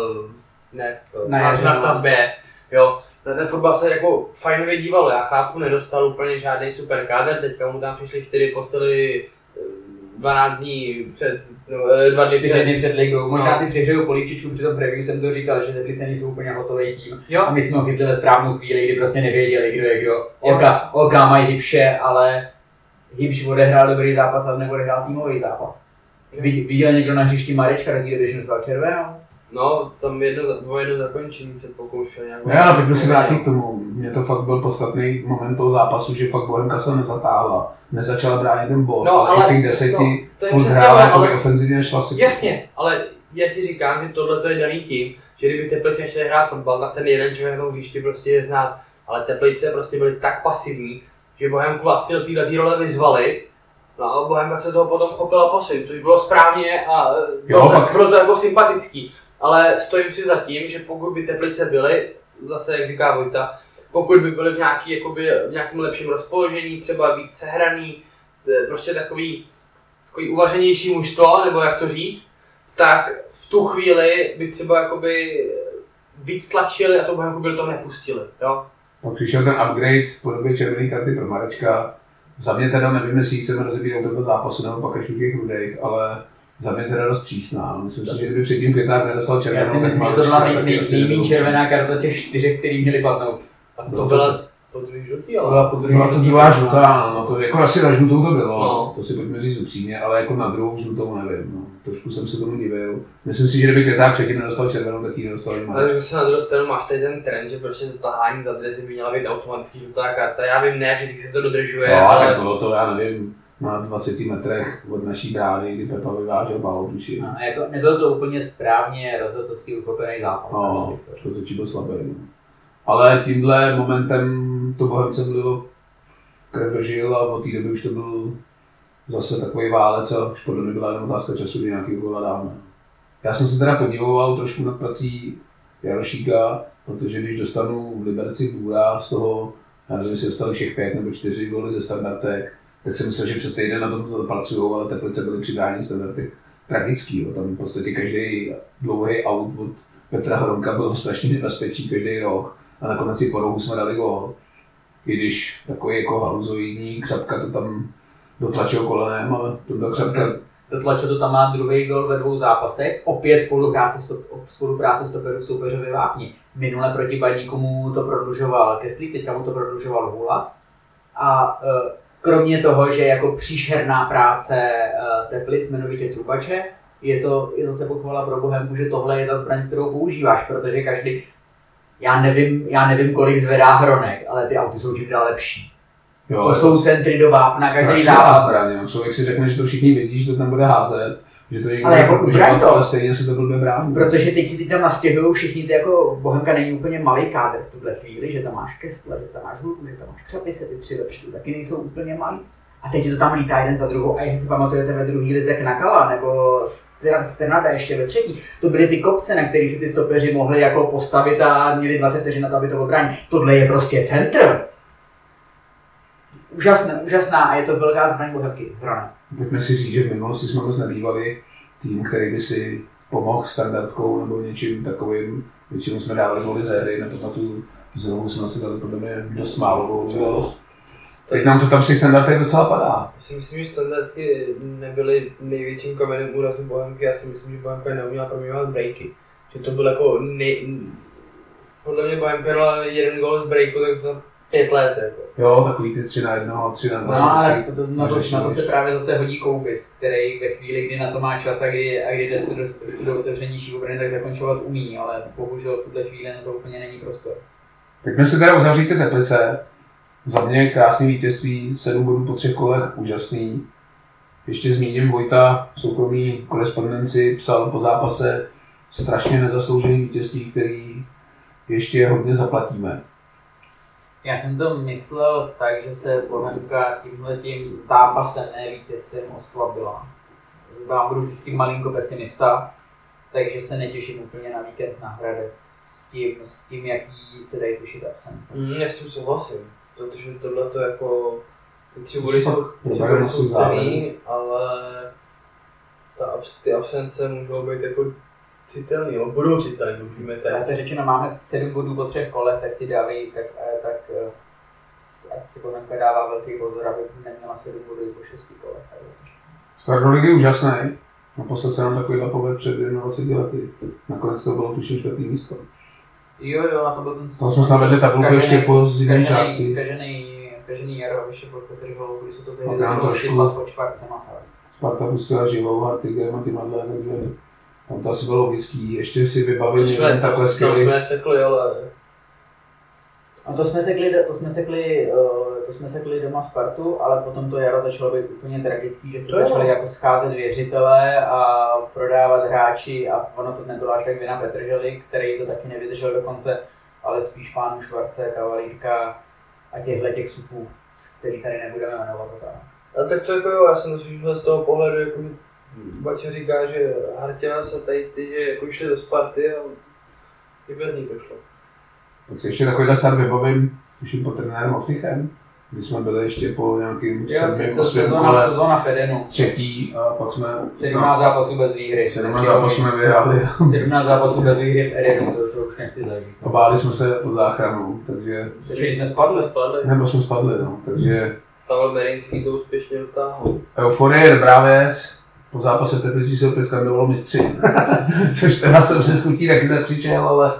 na stavbě. Jo. Na ten fotbal se jako fajnově dívalo, já chápu, nedostal úplně žádný super kádr, teďka mu tam přišly 4 posily 12 dní před, 2 dny před. 4 dny před ligou, možná si přehřeju polívčičku, při tom preview jsem to říkal, že Teplice nejsou úplně hotový tým. Jo. A my jsme ho chytli ve správnou chvíli, kdy prostě nevěděli, kdo je kdo. Olka mají Hybše, ale Hybš odehrál dobrý zápas, ale neodehrál týmový zápas. Viděl někdo na hřišti Marečka, když dostal červenou? No, tam jedno zakončení se pokoušel nějak. No já bych se vrátil k tomu, mně to fakt byl podstatný moment toho zápasu, že fakt Bohemka se nezatáhla, nezačala bránit ten bod, no, ale těch 10 furt hrála jakoby ofenzivně nešla si. Jasně, ale já ti říkám, že tohle to je daný tím, že kdyby Teplice chtěli hrát fotbal, tak ten jeden člověk na hřišti prostě je znát, ale Teplice prostě byly tak pasivní, že Bohemku vlastně do této role vyzvali. No a Bohemka se toho potom chopila po svým, což bylo správně a bylo to jako sympatický. Ale stojím si za tím, že pokud by Teplice byly, zase jak říká Vojta, pokud by byly v nějakém lepším rozpoložení, třeba víc sehraný, prostě takový uvařenější mužstvo, nebo jak to říct, tak v tu chvíli by třeba jakoby víc tlačili a to Bohemku by do toho nepustili. Jo? Pak přišel ten upgrade v podobě červené karty pro Marečka. Za mě teda nevím, jestli chceme rozebírat toho zápasu nebo pak až u těch rudejch, ale za mě teda dost přísná. Myslím si, že kdyby předtím Květák nedostal červenou, já si myslím, že to byla nejméně červená karta těch 4, který měli padnout. A to byla po druhý žlutý, ale byla to druhá žlutá, no to jako asi na žlutou to bylo, no. To si pojďme říct upřímně, ale jako na druhou žlutou nevím, no. Trošku jsem se tomu divil. Myslím si, že kdyby Květák předtím nedostal červenou, tak ji nedostal jinak. Ale zase na druhou stranu máš tady ten trend, že prostě to tahání za dresy by měla být automaticky žlutá karta. Já vím, ne, že se to dodržuje, no, ale bylo to, já nevím, na 20 metrech od naší brány, kdy Pepa vyvážel balón, tuším. No, jako nebyl to úplně správně rozhodcovský uchopený zápas. No, to točí byl slabý. No. Ale tímhle momentem to Bohemce bylo krev dožil a od té doby už to byl zase takový válec a už podle mě byla jen otázka času, kdy nějaký góla dáme. Já jsem se teda podívoval trošku nad prací Jarošíka, protože když dostanu v Liberci Bůra z toho, já nevím, jestli dostali všech 5 nebo 4 góly ze standardek, tak jsem myslel, že přes týden na tom pracují, ale Teplice byly při brání standardek tragický. Jo. Tam v podstatě každý dlouhý aut od Petra Hronka byl strašně nebezpečný každý rok a nakonec si po rohu jsme dali gól. I když takový jako haluzoidní Křapka to tam dotlačil kolenem, ale to byl Křapka. Dotlačil to tam má druhý gól ve 2 zápasech, opět spolupráce stoperů soupeřovi Vápni. Minule proti Baníku mu to prodlužoval Kesslík, teďka mu to prodlužoval Hulas. A kromě toho, že jako příšerná práce Teplic, jmenovitě Trubače, je to zase pochvala pro Bohemku, že tohle je ta zbraň, kterou používáš, protože každý, já nevím, kolik zvedá Hronek, ale ty auty jsou čím dál lepší. Jo, to jsou centry do vápna, každý zápas. Zbraň, člověk si řekne, že to všichni vidí, že to tam bude házet, že to někdo ale jako ubraň to, ale stejně si to blbě brání. Protože teď si tam nastěhují všichni, ty jako Bohemka není úplně malý kádr v tuhle chvíli, že tam máš Kessla, že tam máš Hulku, že tam máš Křapise, ty 3 vepředu taky nejsou úplně malý. A teď to tam lítá jeden za druhou a jestli si pamatujete ve druhý lize Knakala nebo Sternada ještě ve 3. To byly ty kopce, na kterých si ty stopeři mohli jako postavit a měli 20 vteřin na to, aby to obránili. Tohle je prostě centr. Úžasná a je to velká zbraň Bohemky. Pojďme si říct, že v minulosti jsme moc nebývali tým, který by si pomohl standardkou nebo něčím takovým. Většinou jsme dávali góly ze hry, nebo na tu znovu jsme si dali podle mě dost málo gólů. Teď nám to tam v těch standardech docela padá. Já si myslím, že standardky nebyly největším kamenem úrazu Bohemky. Já si myslím, že Bohemka neuměla proměňovat breaky. Že to byl jako podle mě Bohemka dala jeden gól z breaku, tak za 5 let. Jako. Jo, takový ty 3-1, 3-2. No ale na to se právě zase hodí Koupis, který ve chvíli, kdy na to má čas a kdy jde trošku do otevřenější obrany, tak zakončovat umí, ale bohužel v tuhle chvíli na to úplně není prostor. Pojďme se teda uzavřít ty Teplice. Za mě krásný vítězství, 7 bodů po 3 kolech, úžasný. Ještě zmíním Vojta v soukromí korespondenci, psal po zápase strašně nezasloužený vítězství, který ještě hodně zaplatíme. Já jsem to myslel tak, že se Bohemka tímhletím zápasem, ne vítězstvím, oslabila. Já budu vždycky malinko pesimista, takže se netěším úplně na víkend na Hradec s tím jaký se dají tušit absence. Já s tím souhlasím, protože tohle to jako ty 3 body jsou cený, ale ty absence můžou být jako citelný, no budou citelný, můžeme tady. Ale to řečeno, máme 7 bodů po 3 kolech, tak si dávají, tak ať si Bohemka dává velký pozor, aby neměla 7 bodů po 6 kolech. Start do ligy je úžasný. Naposled se nám takovýhle poved před 21 lety. Nakonec to bylo tuším 4. místo. Jo, a to byl ten... To jsme se navedli tabulku ještě po zimní části. Zkažený Jaro, ještě po Petržolu, když se to tehdy začalo sypat pod Švarcema. Sparta pustila Živou, Hartigem a Tymadle, takže tam to asi bylo logický. Ještě si vybavili takhle skvělý. To jsme sekli, ale... A to jsme sekli doma Spartu, ale potom to jaro začalo být úplně tragický, že se začali jako scházet věřitelé a prodávat hráči a ono to nebylo až tak vina Petržely, který to taky nevydržel do konce, ale spíš pánů Švarce, Kavalírka a těch supů, který tady nebudeme jmenovat. A tak to jako jo, já jsem to z toho pohledu, jako Baťa říká, že Harťa se tady ty, že jako šli do Sparty a i bez ní to šlo. Tak si ještě takovýhle start vybavím, už pod trenérem Oftichem, když jsme byli ještě po nějakým 7. kole třetí a pak jsme 17 zápasů bez výhry. 17 zápasů jsme vyhráli. 17 zápasů bez výhry v Edenu, to už nechci zažít. A báli jsme se pod záchranou, takže... Takže jsme spadli. Nebo jsme spadli, no, takže... Pavel Merinský to úspěšně dotáhl. Euforie je dobrá věc. Po zápase v Teplicích se opět skandovalo mistři. Což teda jsem se schutí taky zakřičel, ale...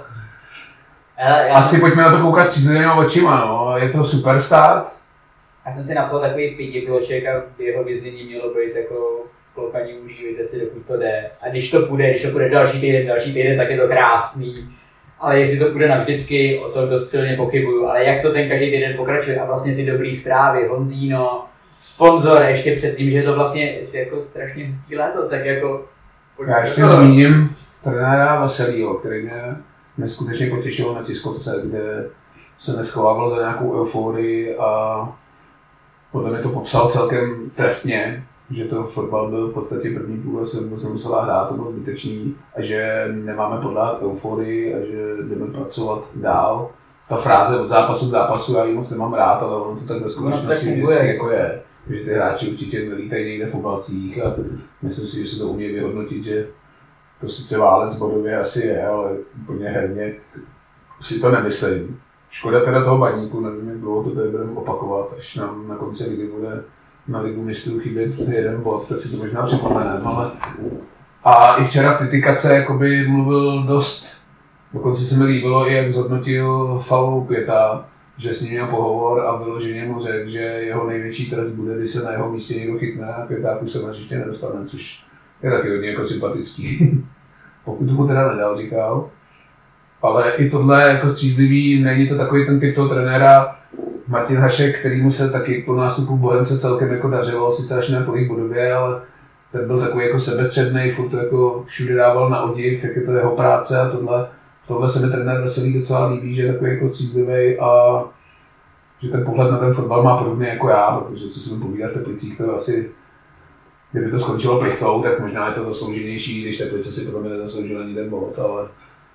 Asi pojďme na to koukat střízlivýma očima, no. Je to super start. Já jsem si napsal takový pětibloček a jeho vyznění mělo být jako klokaní užívejte si, dokud to jde. A když to půjde další týden, tak je to krásný. Ale jestli to půjde navždycky, o to dost silně pochybuju. Ale jak to ten každý týden pokračuje a vlastně ty dobré zprávy, Honzíno, sponzor ještě předtím, že je to vlastně jako strašně hezký léto, tak jako... Já ještě zmíním trenéra Veselýho, který mě neskutečně potěšilo na tiskovce, kde se neschovával za nějakou euforii a podle mě to popsal celkem trefně, že to fotbal byl v podstatě první půl, se vůbec nemusela hrát, to bylo zbytečný a že nemáme podléhat euforii a že jdeme pracovat dál. Ta fráze od zápasu k zápasu, já ji moc nemám rád, ale ono to tak ve skutečnosti vždycky jako je. Že ty hráči určitě nelítají někde v oblacích a myslím si, že se to umí vyhodnotit, že to sice válec bodově asi je, ale úplně herně si to nemyslím. Škoda teda toho Baníku, nevím, jak dlouho to tady budeme opakovat, až nám na konci ligy bude na ligu mistrů chybět jeden bod, tak si to možná připomeneme, ale... A i včera kritikace jakoby mluvil dost, dokonce se mi líbilo i jak zhodnotil faul Květa, že s ním měl pohovor a vyloženě mu řekl, že jeho největší trest bude, když se na jeho místě někdo chytne a Květáku se na hřiště nedostane, což je taky hodně jako sympatický. Pokud to mu teda nedal, říkal. Ale i tohle jako střízlivý, není to takový ten typ toho trenéra Martin Hašek, kterýmu se taky po nástupu Bohemce celkem jako dařilo, sice až ne tolik bodově, ale ten byl takový jako sebestřednej, furt to jako všude dával na odiv, jak je to jeho práce a tohle se mi trenér Veselý docela líbí, že je takový jako střízlivý a že ten pohled na ten fotbal má podobně jako já, protože co jsem povídal v Teplicích, to asi, kdyby to skončilo plichtou, tak možná je to zaslouženější, když Teplice si pro mě nezasloužil ani ten bod, ale...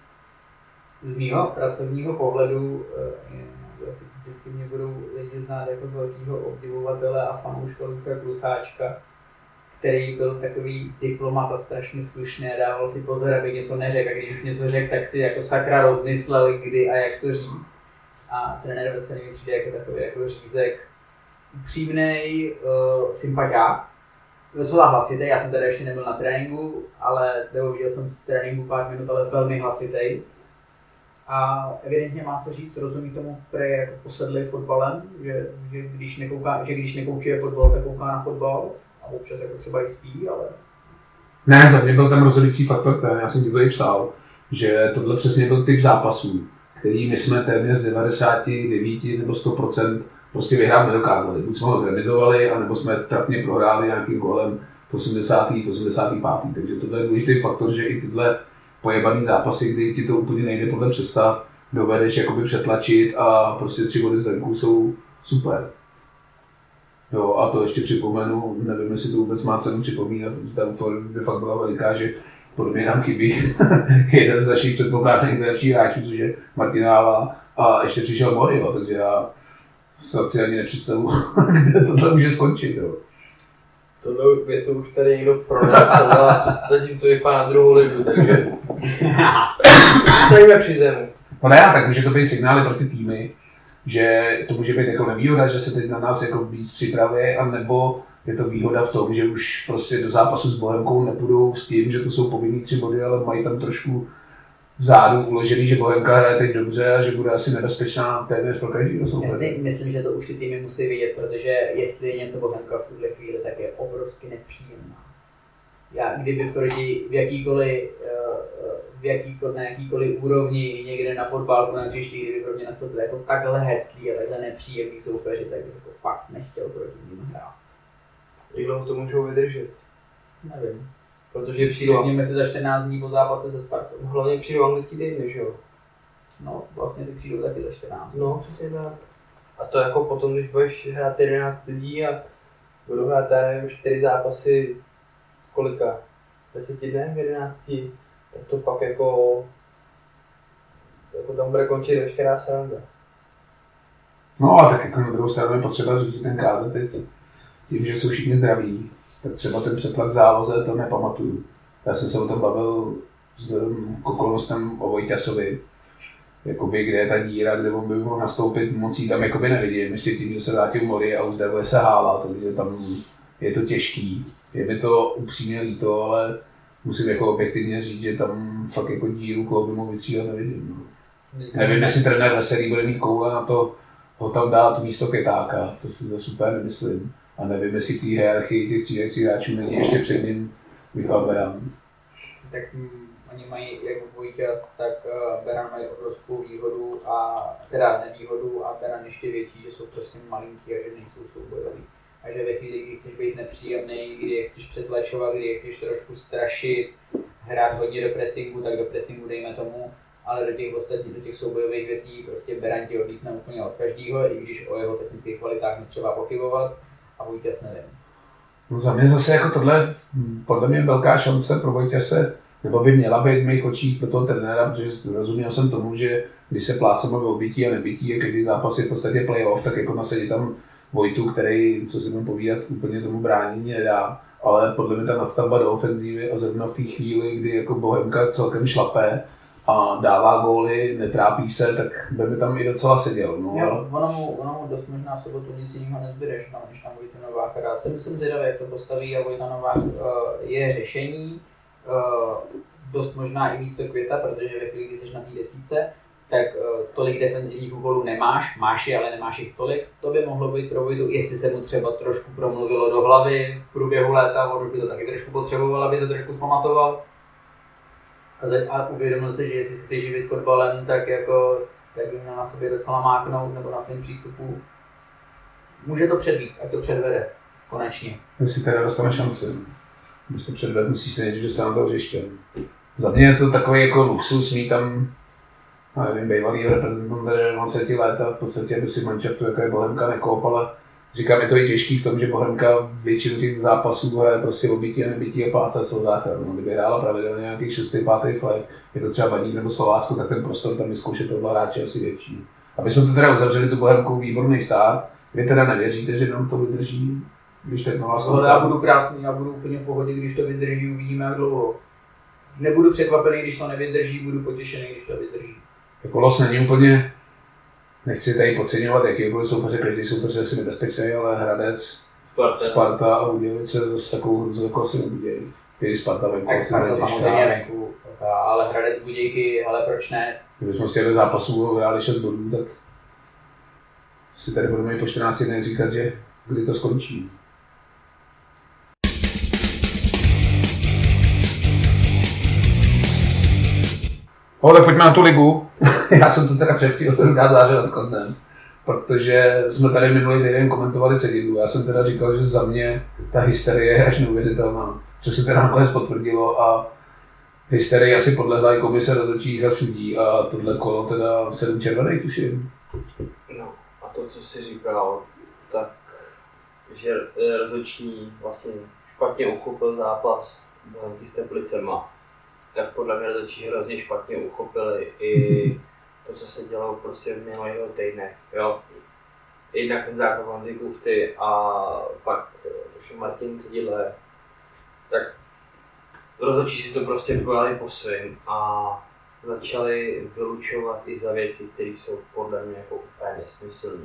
Z mýho pracovního pohledu vždycky mě budou lidi znát jako velkého obdivovatele a fanouška Luka Klusáčka, který byl takový diplomat a strašně slušný a dával si pozor, aby něco neřekl. A když už něco řekl, tak si jako sakra rozmyslel, kdy a jak to říct. A trenér Veselý mi přijde jako takový jako řízek, upřímnej, sympatiák. Docela hlasitý, já jsem tady ještě nebyl na tréninku, nebo viděl jsem z tréninku pár minut, ale velmi hlasitý. A evidentně má co říct, rozumí tomu prej jako posedlý fotbalem, že když nekoučuje fotbal, tak kouká na fotbal a občas jako třeba i spí, ale... Ne, za mě byl tam rozhodující faktor, já jsem ti to i psal, že tohle přesně byl typ zápasů, který my jsme téměř z 99 nebo 100% prostě vyhrát nedokázali. Buď jsme ho zremizovali, anebo jsme trapně prohráli nějakým gólem v 80. 85. Takže tohle je důležitý faktor, že i tyhle pojebaný zápasy, kdy ti to úplně nejde podle představ, dovedeš jakoby přetlačit a prostě 3 body zvenku jsou super. Jo, a to ještě připomenu, nevím, jestli to vůbec má cenu připomínat, protože ta euforie by fakt byla veliká, že podle mě nám chybí jeden z našich předpokládaných nejlepších hráčů, což je Martin Háva, a ještě přišel Mori, jo, takže já snad si ani nepředstavu, kde tohle může skončit. Jo. Tohle je to už tady někdo pronesl a zatím to vypadá na druhou ligu, takže stojíme při zemi. No ne, tak může to být signály pro ty týmy, že to může být jako nevýhoda, že se teď na nás jako víc připraví, anebo je to výhoda v tom, že už prostě do zápasu s Bohemkou nepůjdou s tím, že to jsou povinný 3 body, ale mají tam trošku vzadu uložený, že Bohemka hraje teď dobře a že bude asi nebezpečná téměř pro každý soupeře. Já si myslím, že to už ty týmy musí vidět, protože jestli je něco Bohemka v tuhle chvíli, tak je obrovsky nepříjemná. Kdyby na jakýkoliv úrovni někde na fotbalku, na hřišti, kdyby pro mě nastoupil jako takhle heclý a takhle nepříjemný soupeři, tak bych jako fakt nechtěl proti ním hrát. Jak dlouho to můžou vydržet? Nevím. Protože přijdou... Řekněme si za 14 dní po zápase se Spartou. Hlavně přijdou anglický týdny, že jo? No, vlastně ty přijdou taky za 14. No, přesně tak. A to jako potom, když budeš hrát 11 lidí a budou hrát, já nevím, 4 zápasy, kolika? 10 dnech, 11, tak to pak jako tam bude končit veškerá sranda. No a tak jako na druhou stranu je potřeba říct, že ten kádr teď, tím, že jsou všichni zdraví, tak třeba ten přetlak v záloze, to nepamatuju. Já jsem se o tom bavil s okolnostem o Vojťasovi, jakoby, kde je ta díra, kde on by mohl nastoupit, moc jí tam jakoby nevidím, ještě tím, že se vrátil Mori a uzdravuje se Hála, takže tam je to těžký. Je mi to upřímně líto, ale musím jako objektivně říct, že tam fakt jako díru, koho by mohl vycílat, nevidím. No. Nevím, jestli trenér Veselý bude mít koule na to, ho tam dát místo Pětáka, to si to super nemyslím. A nevím, jestli v té hierarchii těch třídecích hráčů není ještě před ním Michal Beran. Tak oni mají jak Vojťas, tak Beran mají obrovskou výhodu, a teda nevýhodu, a Beran ještě větší, že jsou prostě malinký a že nejsou soubojoví. A že ve chvíli, kdy chceš být nepříjemný, kdy je chceš přetlačovat, kdy je chceš trošku strašit, hrát hodně do pressingu, tak do pressingu dejme tomu, ale do těch soubojových věcí prostě Beran ti odlítne úplně od každého, i když o jeho technických kvalitách netřeba pochybovat, a Vojťas nevím. No za mě zase jako tohle, podle mě velká šance pro Vojťase, nebo by měla být v mých očích pro toho trenéra, protože rozuměl jsem tomu, že když se pláceme o bytí a nebytí a každý zápas je v podstatě playoff, tak jako nasadit tam Vojtu, který, co si budeme povídat, úplně tomu bránění nedá. Ale podle mě ta nadstavba do ofenzívy a zrovna v té chvíli, kdy jako Bohemka celkem šlape a dává góly, netrápí se, tak by mi tam i docela seděl. No. Jo, ono mu dost možná v sobotu nic jiného nezbydeš, když tam Vojta Novák hrát. Jsem zvědavý, jak to postaví, a Vojta Novák je řešení. Dost možná i místo Květa, protože ve chvíli, kdy jsi na té desíce, tak tolik defenzivních úkolů nemáš, máš je, ale nemáš jich tolik. To by mohlo být pro Vojtu, jestli se mu třeba trošku promluvilo do hlavy v průběhu léta, on by to taky trošku potřeboval, aby to trošku zpamatoval. A uvědomil se, že jestli chce živit fotbalem, tak by měl na sobě docela máknout, nebo na svém přístupu. Může to předvíst, ať to předvede, konečně. Jestli teda dostane šanci. Když to předved, musí se nejdřív dostat na to hřiště. Za mě je to takový jako luxus, mít tam, nevím, bývalýho reprezentanta 20 let a v podstatě do si manšaftu, jako je Bohemka, nekop, ale říkám, je to i těžký v tom, že Bohemka většinu těch zápasů hraje prostě obytí a nebytí a pláce jsou záchranu. No, kdyby hrála pravidelně nějakých 6. 5. flag, je to třeba Baník nebo Slovácko, tak ten prostor tam vyzkoušet toho hráče asi větší. Aby jsme to teda uzavřeli tu Bohemku výborný stát, vy teda nevěříte, že nám to vydrží? Když tak nová Ale já budu krásný, já budu úplně v pohodě, když to vydrží, uvidíme jak dlouho. Nebudu překvapený, když to nevydrží, budu potěšený, když to vydrží. Jako Los není úplně, nechci tady podceňovat jakýkoliv soupeře, každý soupeř je asi nebezpečný, ale Hradec, Sparta a Budějovice s takovou hruzu jako asi nebudějí. Když Sparta venku. Tak Sparta samozřejmě venku, ale Hradec, Budějky, ale proč ne? Kdybychom si jeden zápasů hráli 6 bodů, tak si tady budeme i po 14 dnech říkat, že kdy to skončí. Tak pojďme na tu ligu. Já jsem to teda předtím dát zářit kontem, protože jsme tady minulý týden komentovali Cedidu. Já jsem teda říkal, že za mě ta hysterie je až neuvěřitelná, co se teda nakonec potvrdilo a hysterii asi podlehla i komise rozhodčích a sudí a tohle kolo teda 7 červených tuším. No a to, co jsi říkal, tak že rozhodčí vlastně špatně uchopil zápas Bohemky s Teplicema, tak podle mě rozhodčí hrozně špatně uchopili i to, co se dělo prostě v minulých týdnech, jo. Jednak ten základ Honzy Kufty a pak už Martin Cedidle, tak rozhodčí si to prostě pojali po svým a začali vylučovat i za věci, které jsou podle mě jako úplně nesmyslné.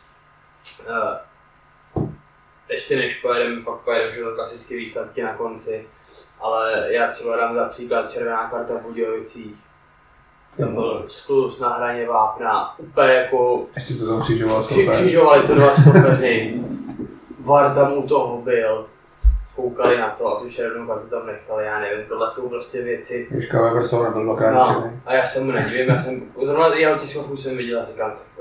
Ještě než pojedeme, pak pojedeme že klasické výsledky na konci, ale já třeba dám za příklad červená karta v Budějovicích. Tam byl skluz na hraně vápna, úplně jako... Ještě to tam křižovali to 2 stopeři. VAR tam u toho byl. Koukali na to a tu červenou kartu tam nechali, já nevím, tohle jsou prostě věci. Ježka Webersov nebyl dvakrát no, a já se mu nedivím, zrovna i jeho tiskovku jsem viděl a říkám tak.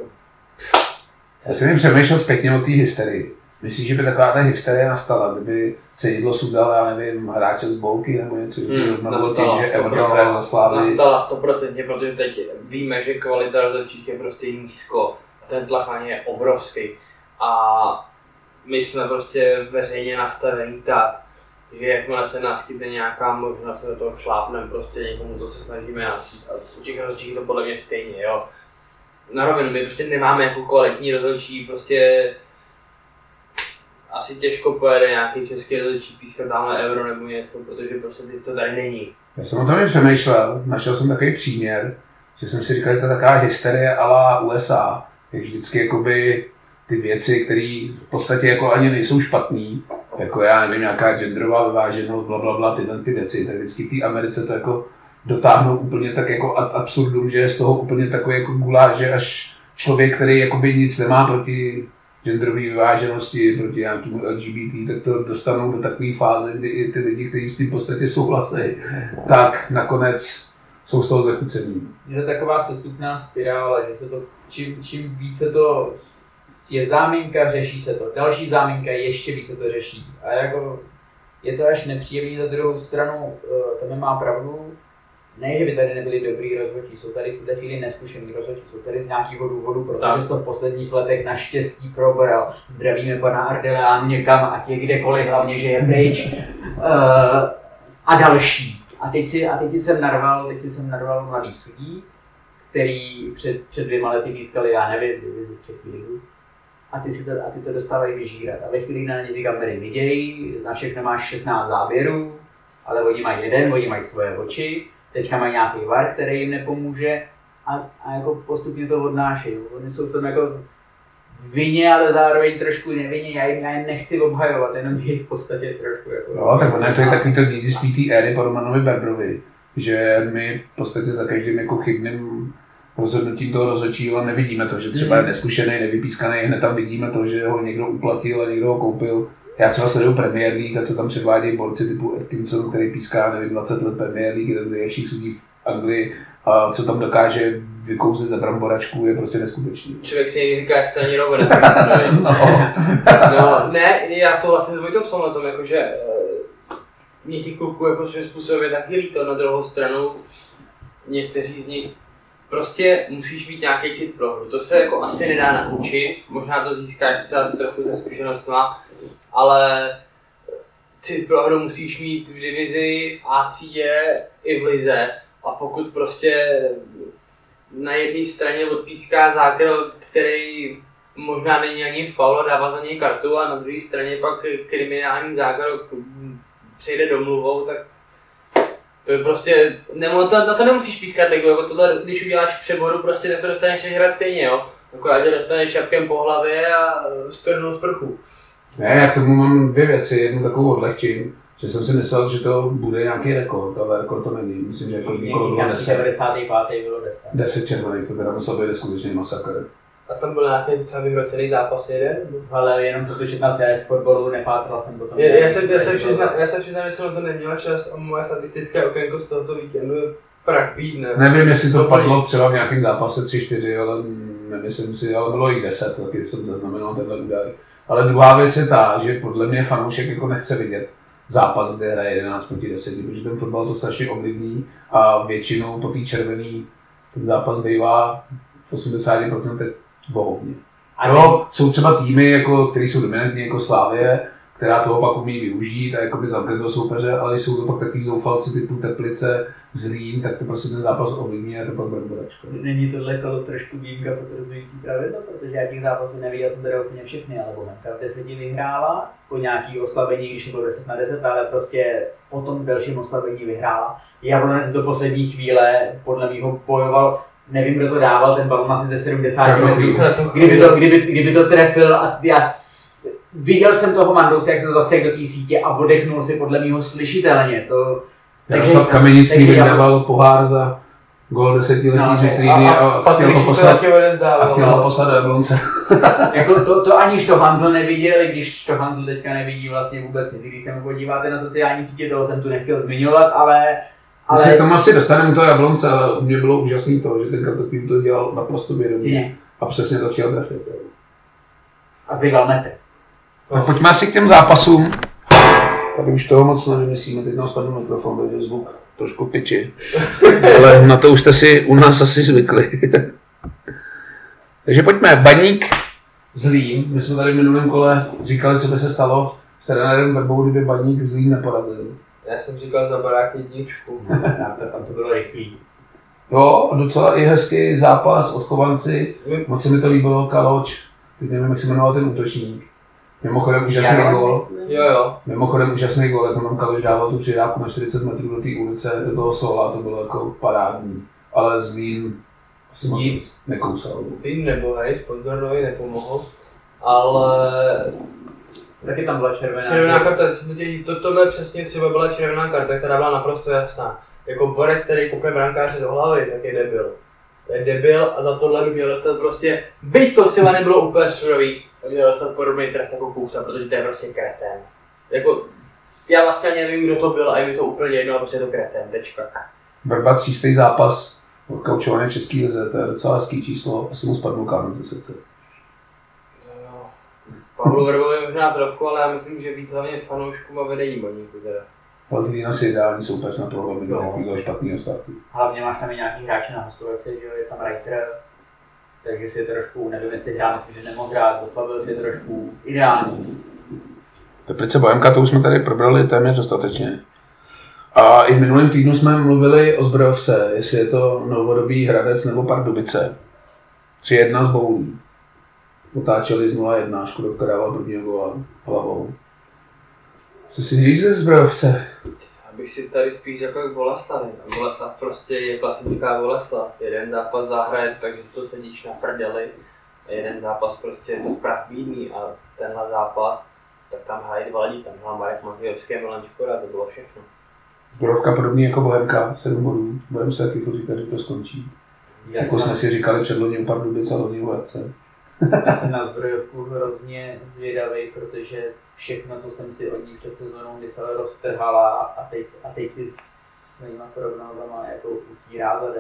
Já jsem mi přemýšlel zpětně o té hysterii. Myslíš, že by taková ta hysterie nastala, kdyby Cedidlo sudal, já nevím, hráče z Bolky nebo něco, nastala, tím, že Everton hraje za Slávy? Nastala 100%, protože teď víme, že kvalita rozhodčích je prostě nízko a ten tlak na ně je obrovský. A my jsme prostě veřejně nastavení tak, že jakmile se naskytne nějaká možnost, se do toho šlápneme prostě někomu, to se snažíme napřít. A u těch rozhodčích to podle mě stejně, jo. Na rovinu, my prostě nemáme jako kvalitní rozhodčí, prostě asi těžko pojede nějaký český rozhodčí pískat tamhle euro nebo něco, protože prostě to tady není. Já jsem o tom i přemýšlel, našel jsem takový příměr, že jsem si říkal, že to je taková hysterie a la USA, jak vždycky jakoby ty věci, které v podstatě jako ani nejsou špatný, jako já nevím, nějaká genderová vyváženost, blablabla, tyhle ty věci, tak vždycky v té Americe to jako dotáhnou úplně tak jako ad absurdum, že je z toho úplně takový jako guláš, že až člověk, který jakoby nic nemá proti genderové vyváženosti, proti nějakému LGBT, tak to dostanou do takové fáze, kdy i ty lidi, kteří s tím v podstatě souhlasí, tak nakonec jsou z toho znechucení. Je to taková sestupná spirála, že se to, čím více to je záminka, řeší se to, další záminka ještě více to řeší. A jako je to až nepříjemný. Na druhou stranu, tam má pravdu, ne, že by tady nebyli dobrý rozhodčí, jsou tady v tuto chvíli neskušený rozhodčí, jsou tady z nějakého důvodu, protože se to v posledních letech naštěstí probral. Zdravíme pana Ardelánu někam, ať je kdekoliv, hlavně, že je pryč. A další. A teď si jsem narval mladý sudí, který před 2 lety získali, já nevím, třetí ligu. A ty to dostávají vyžírat. A ve chvíli na ně ty kamery vidějí, na všechno máš 16 záběrů, ale oni mají jeden, oni mají svoje oči. Teďka mají nějaký VAR, který jim nepomůže a jako postupně to odnášejí. Oni jsou v tom jako vině, ale zároveň trošku nevinně. Já jim nechci obhajovat, jenom jich v podstatě trošku jako... No, tak ono je to takový to dědictví té éry po Romanovi Berbrovi, že my v podstatě za každým jako chybným rozhodnutím toho rozhodčího nevidíme to, že třeba je neskušený, nevypískaný, hned tam vidíme to, že ho někdo uplatil a někdo ho koupil. Já třeba sleduju Premier League a co tam předvádějí borci typu Atkinson, který píská, nevím, 20 let Premier League, jeden z nejlepších sudí v Anglii, a co tam dokáže vykouzlit za bramboračku, je prostě neskutečný. Člověk si někdy říká, jak straní rovere, no, ne, já souhlasím s Vojtou v tomhle, jakože mě těch kluků jako svým způsobem je taky líto, na druhou stranu někteří z nich prostě musíš mít nějaký cit pro hru. To se jako asi nedá naučit, možná to získáš třeba trochu ze zkušenostma, ale cit pro hru musíš mít v divizi, v A třídě i v lize. A pokud prostě na jedné straně odpíská zákrok, který možná není ani faul a dává za něj kartu a na druhé straně pak kriminální zákrok přejde domluvou, tak to je prostě, na to nemusíš pískat jako tohle, když uděláš přeboru prostě, tak to dostaneš hrát stejně, jo. Akorát, že dostaneš šapkem po hlavě a stornou z prchu. Ne, já k tomu mám dvě věci, jednu takovou odlehčím, že jsem si myslel, že to bude nějaký rekord, ale rekord to není, myslím, že jako bylo 10. 95. bylo 10. 10 červených, to teda musel být skutečně masakr. A tam byl nějaký třeba vyhrocený zápas jeden? Ale jenom se to čet na CS fotbalu, nepátral jsem potom. Já se přiznám, že jsem na to neměl čas a moje statistické okénko z tohoto víkendu je prakví, ne? Nevím, jestli to padlo třeba v nějakém zápase 3-4, ale nemyslím si, ale bylo jich 10, taky jsem zaznamenal tenhle údaj. Ale druhá věc je ta, že podle mě fanoušek jako nechce vidět zápas, kde hraje 11 proti 10, protože ten fotbal to strašně ovlivní a většinou po té červený ten zápas bývá v 80% bohovně. No, jsou třeba týmy, jako, které jsou dominantní, jako Slavie, která toho pak umí využít a jakoby zamkne toho soupeře, ale jsou to pak takový zoufalci typu Teplice, Zlín, tak to prostě ten zápas ovlivní a to pak bude bodačko. Není tohle kolo trošku výjimka potvrzující pravidlo, protože já těch zápasů neviděl jsem teda úplně všechny, ale Bohemka v 10 vyhrála, po nějaký oslabení, když bylo 10-10, ale prostě po tom dalším oslabení vyhrála. Jablonec do poslední chvíle podle mýho bojoval, nevím, kdo to dával, ten balon asi ze 70 metrů, kdyby to trefil a já viděl jsem toho Mandouse, jak se zasek do té sítě a odechnul si podle mýho slyšitelně. Jaroslav Kamenický vyhrával pohár za gól 10letý z Vitríny a chtěl ho poslat do Jablonce. Jako to ani Štohandl neviděl, i když Štohandl teďka nevidí vlastně vůbec nic. Když se mu podíváte na sociální sítě, toho jsem tu nechtěl zmiňovat, ale my se k tomu asi dostaneme u toho Jablonce, ale u mě bylo úžasný to, že ten Krtopým to dělal naprosto vědomě a přesně to chtěl trefit. A zbýval metr. Tak pojďme asi k těm zápasům. Tady už toho moc nevymyslíme, teď nám spadl mikrofon, takže zvuk trošku piči. Ale na to už jste si u nás asi zvykli. Takže pojďme, Baník, Zlín. My jsme tady v minulém kole říkali, co by se stalo s trenérem Verbou, kdyby Baník Zlín neporazil. Já jsem říkal za barák jedničku. Tam to bylo rychlý. Jo, docela i hezký zápas od Chovanci. Moc se mi to líbilo, Kaloč. Teď nevím, jak se jmenoval ten útočník. Mimochodem úžasný gól. Mimochodem úžasný gól, jak mám Kaloš dával tu přihrávku na 40 metrů do té ulice, do toho sola, to bylo jako parádní. Ale Zlín asi moc nekousal. Zlín nebo sponzorovi nepomohl, ale taky tam byla červená karta. Tohle přesně třeba byla červená karta, která byla naprosto jasná. Jako borec, který kopne brankáře do hlavy, tak je debil. To je debil a za tohle by měl dostat prostě, byť to třeba nebylo úplně surový, tak měl dostat podobný trest jako Kuchta, protože to je prostě kretén. Jako, já vlastně nevím, kdo to byl a je mi to úplně jedno, a prostě je to kretén, tečka. Vrba třístý zápas, odkaučovaný v český lize, to je docela hezký číslo, asi mu spadnou kámen do srdce. Pavlu Vrbovi možná trochu, ale já myslím, že víc hlavně fanouškům a vedení Baníku teda. Zlín asi ideální soupeř na tohle, aby nějakého špatného startu. Hlavně máš tam i nějaký hráče na hostovaci, že je tam Reiter, takže si je trošku, nevím jestli hrál, myslím, že nemohl hrát, dostavil si je trošku ideální. Teplice Bohemka, to už jsme tady probrali téměř dostatečně. A i v minulém týdnu jsme mluvili o Zbrojovce, jestli je to novodobý Hradec nebo Pardubice. 3-1 z Boulí. Otáčeli z 0-1, Škodovka dával prvního góla hlavou. Co si říct ze Zbrojovce? Abych si tady spíš řekl jak Boleslav. Boleslav prostě je klasická Boleslav. Jeden zápas zahraje, takže si to sedíš na prdeli. A jeden zápas prostě je to pravdivý a tenhle zápas, tak tam hrají dva lidi, tam hrál Marek Matějovský a Milan Čukora, to bylo všechno. Zbrojovka podobný jako Bohemka, 7 bodů. Budeme se taky říkat, že to skončí. Jako jsme si říkali předloni u Pardubic a loni u FC. Já jsem na Zbrojovku hrozně zvědavý, protože všechno, co jsem si od ní před sezónou myslel, roztrhala a teď si s mýma prognózama jako utírá zade.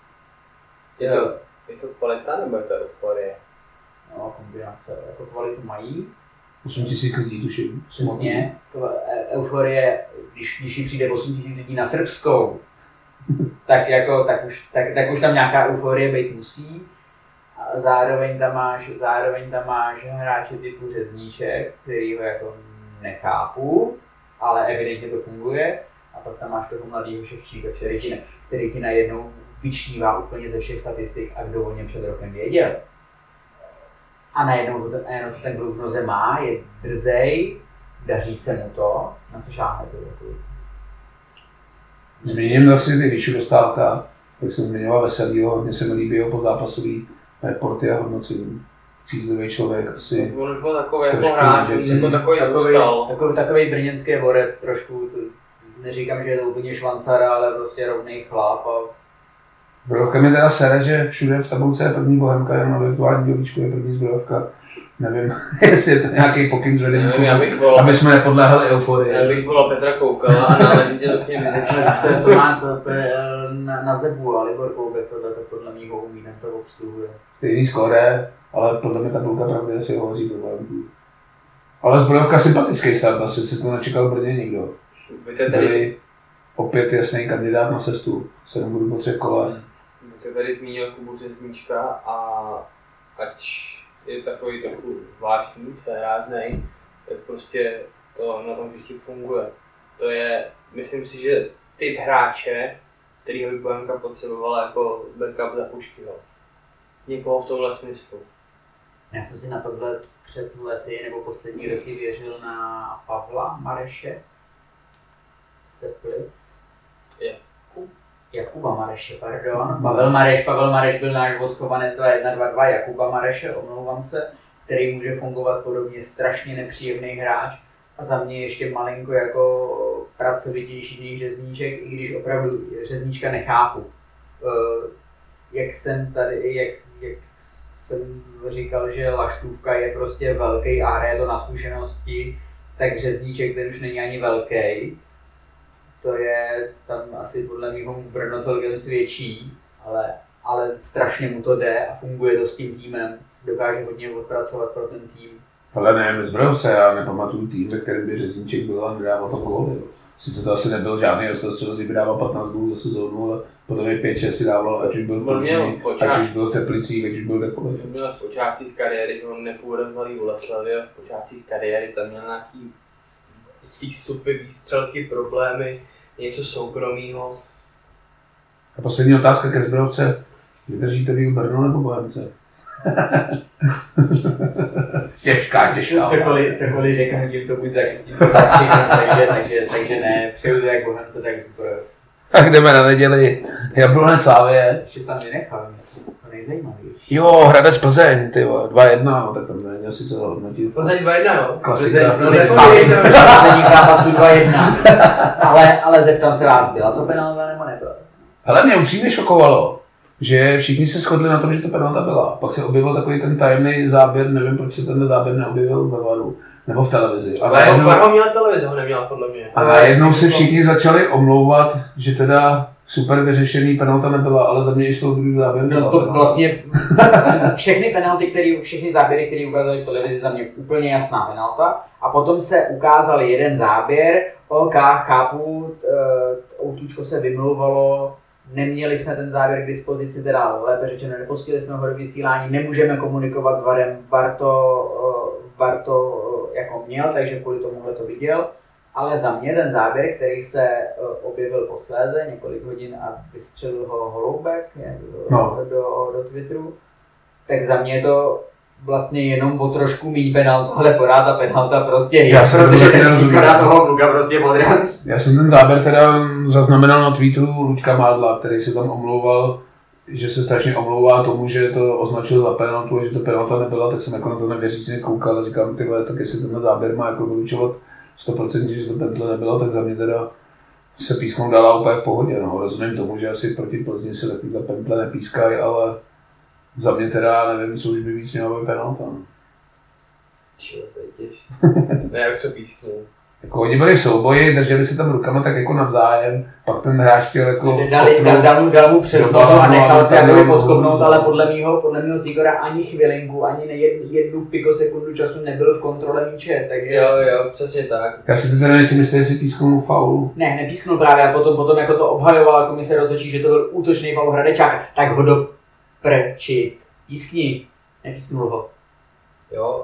Je to kvalita nebo je to euforie? No, kombinace. Jako kvalitu mají. 8 000 lidí tuším. Přesně. Euforie, když jí přijde 8 000 lidí na srbskou, tak už tam nějaká euforie být musí. Zároveň tam máš hráče typu Řezníček, který ho jako nechápu, ale evidentně to funguje. A pak tam máš toho mladého Ševčíka, který ti najednou vyčnívá úplně ze všech statistik a kdo o něm před rokem věděl. A najednou to ten kluk v noze má, je drzej, daří se mu to, na to šáhne to. Zmíním vlastně ty Ríšu Dostálka, jak jsem zmiňoval Veselýho, hodně se mi líbí jeho pozápasový reporty a hodnocení. Příznivý člověk, asi. On už byl takový jako hráč, jako takový brněnský borec trošku. Neříkám, že je to úplně švancara, ale prostě rovnej chlap. Zbrojovka mi teda sere, že všude v tabulce je první Bohemka, jenom na virtuální dělíčku je první zbrojovka. Nevím, jestli je to nějaký pokyn z vedení, aby jsme nepodléhali euforii. Já bych volal Petra Koukala a náležitě to s ním vyřešil. To je na Zebu a Libor Koubek, tohle to podle mě ho umí, to obsluhuje. Stejný skóre, ale podle mě tabulka pravdy si hovoří pro Bohemku. Ale zbrojovka sympatický start, asi si to nečekal v Brně nikdo. Byli opět jasný kandidát na sestu, 7 bodů po 3 kolech. Ty tady zmínil Kubu Řezníčka a ač je takový trochu zvláštní, sehrážnej, tak prostě to na tom hřišti funguje. To je, myslím si, že typ hráče, kterýho by Bohemka potřebovala jako backup za Puškyho. Někoho v tomhle smyslu. Já jsem si na tohle před lety nebo poslední roky věřil na Pavla Mareše z Teplic. Jakuba Mareše, pardon. Pavel Mareš byl náš odchovanec 2-1-2-2, Jakuba Mareše, omlouvám se, který může fungovat podobně, strašně nepříjemný hráč a za mě ještě malinko jako pracovitější než Řezníček, i když opravdu Řezníčka nechápu. Jak jsem říkal, že Laštůvka je prostě velký a hraje to na zkušenosti, tak Řezníček ten už není ani velký. To je tam asi podle mého Brno celkem svědčí, ale strašně mu to jde a funguje to s tím týmem. Dokáže hodně odpracovat pro ten tým. Ale ne, ve zbrojovce, já nepamatuju tým, ve kterém by Řezníček byl a nedával tam góly. Sice to asi nebyl žádný ostrovstřelec, by dával 15 gólů za sezónu, ale podle mě 5-6 si dával, ať už byl v Plzni, ať už byl v Teplicích, ať už byl kdekoliv. To bylo v počátcích kariéry, že on nepůrazval v Boleslavě, v počátcích kariéry tam měl nějaký výstupy, výstřelky, problémy, něco soukromého. A poslední otázka ke zbrojovce. Vydržíte vy v Brno nebo Bohemce? těžká. Cokoliv řeknu, tím to buď zakrytím, takže ne, přeju to jak Bohemce, tak zbrojovce. Tak jdeme na neděli. Jablonec Slavie. Ještě tam nenechal, to nejzajímavější. Jo, Hradec Plzeň, ty 2-1, no, tak tam není asi co hodnotit. Plzeň 2-1, jo? Klasika. Posledních zápasů 2-1. Ale zeptám se vás, byla to penalta nebo nebyla? Hele, mě upřímně šokovalo, že všichni se shodli na tom, že to penalta byla. Pak se objevil takový ten tajemný záběr, nevím, proč se tenhle záběr neobjevil ve VARu. Nebo v televizi. VAR ho měl televizi, ho neměla podle mě. A najednou se všichni začali omlouvat, že teda super vyřešený penalta nebyla, ale za mě i s tou druhý záběr byla. No to vlastně všechny záběry, které ukázali v televizi, za mě úplně jasná penalta. A potom se ukázal jeden záběr, OK, chápu, Outučko se vymlouvalo, neměli jsme ten záběr k dispozici, teda lépe řečeno, nepustili jsme ho do vysílání, nemůžeme komunikovat s VARem, VAR to jako měl, takže kvůli tomuhle to viděl. Ale za mě ten záběr, který se objevil posléze několik hodin a vystřelil ho Holoubek do Twitteru, tak za mě je to vlastně jenom o trošku míň penalta, ale pořád ta penalta prostě je, protože ten cíkora toho kluka prostě podrazí. Já jsem ten záběr teda zaznamenal na tweetu Luďka Mádla, který se tam omlouval, že se strašně omlouvá tomu, že to označil za penaltu a že to penalta nebyla, tak jsem jako na to nevěřícně koukal a říkám, ty tak jestli tenhle záběr má jako vylučovat 100%, že to pentle nebylo, tak za mě teda se písknou dala úplně v pohodě. No. Rozumím tomu, že asi proti Plzni se takovýhle pentle nepískají, ale za mě teda nevím, co už by víc měla být penalta. Čo, to je těžší. Ne, jak to písknou. Jako oni byli v souboji, drželi si tam rukama tak jako navzájem, pak ten hráč chtěl jako... Dal mu přes nohu a nechal se jako podkopnout, ale podle mýho Sigora ani chvilinku, ani jednu pikosekundu času nebyl v kontrole míče, takže... Jo, přesně tak. Já si teď nevím, jestli písknul faulu. Ne, nepísknul právě a potom jako to obhajovala komise rozhodčí, že to byl útočný faul Hradečák, tak ho do prčic. Pískni, nepísknul ho. Jo.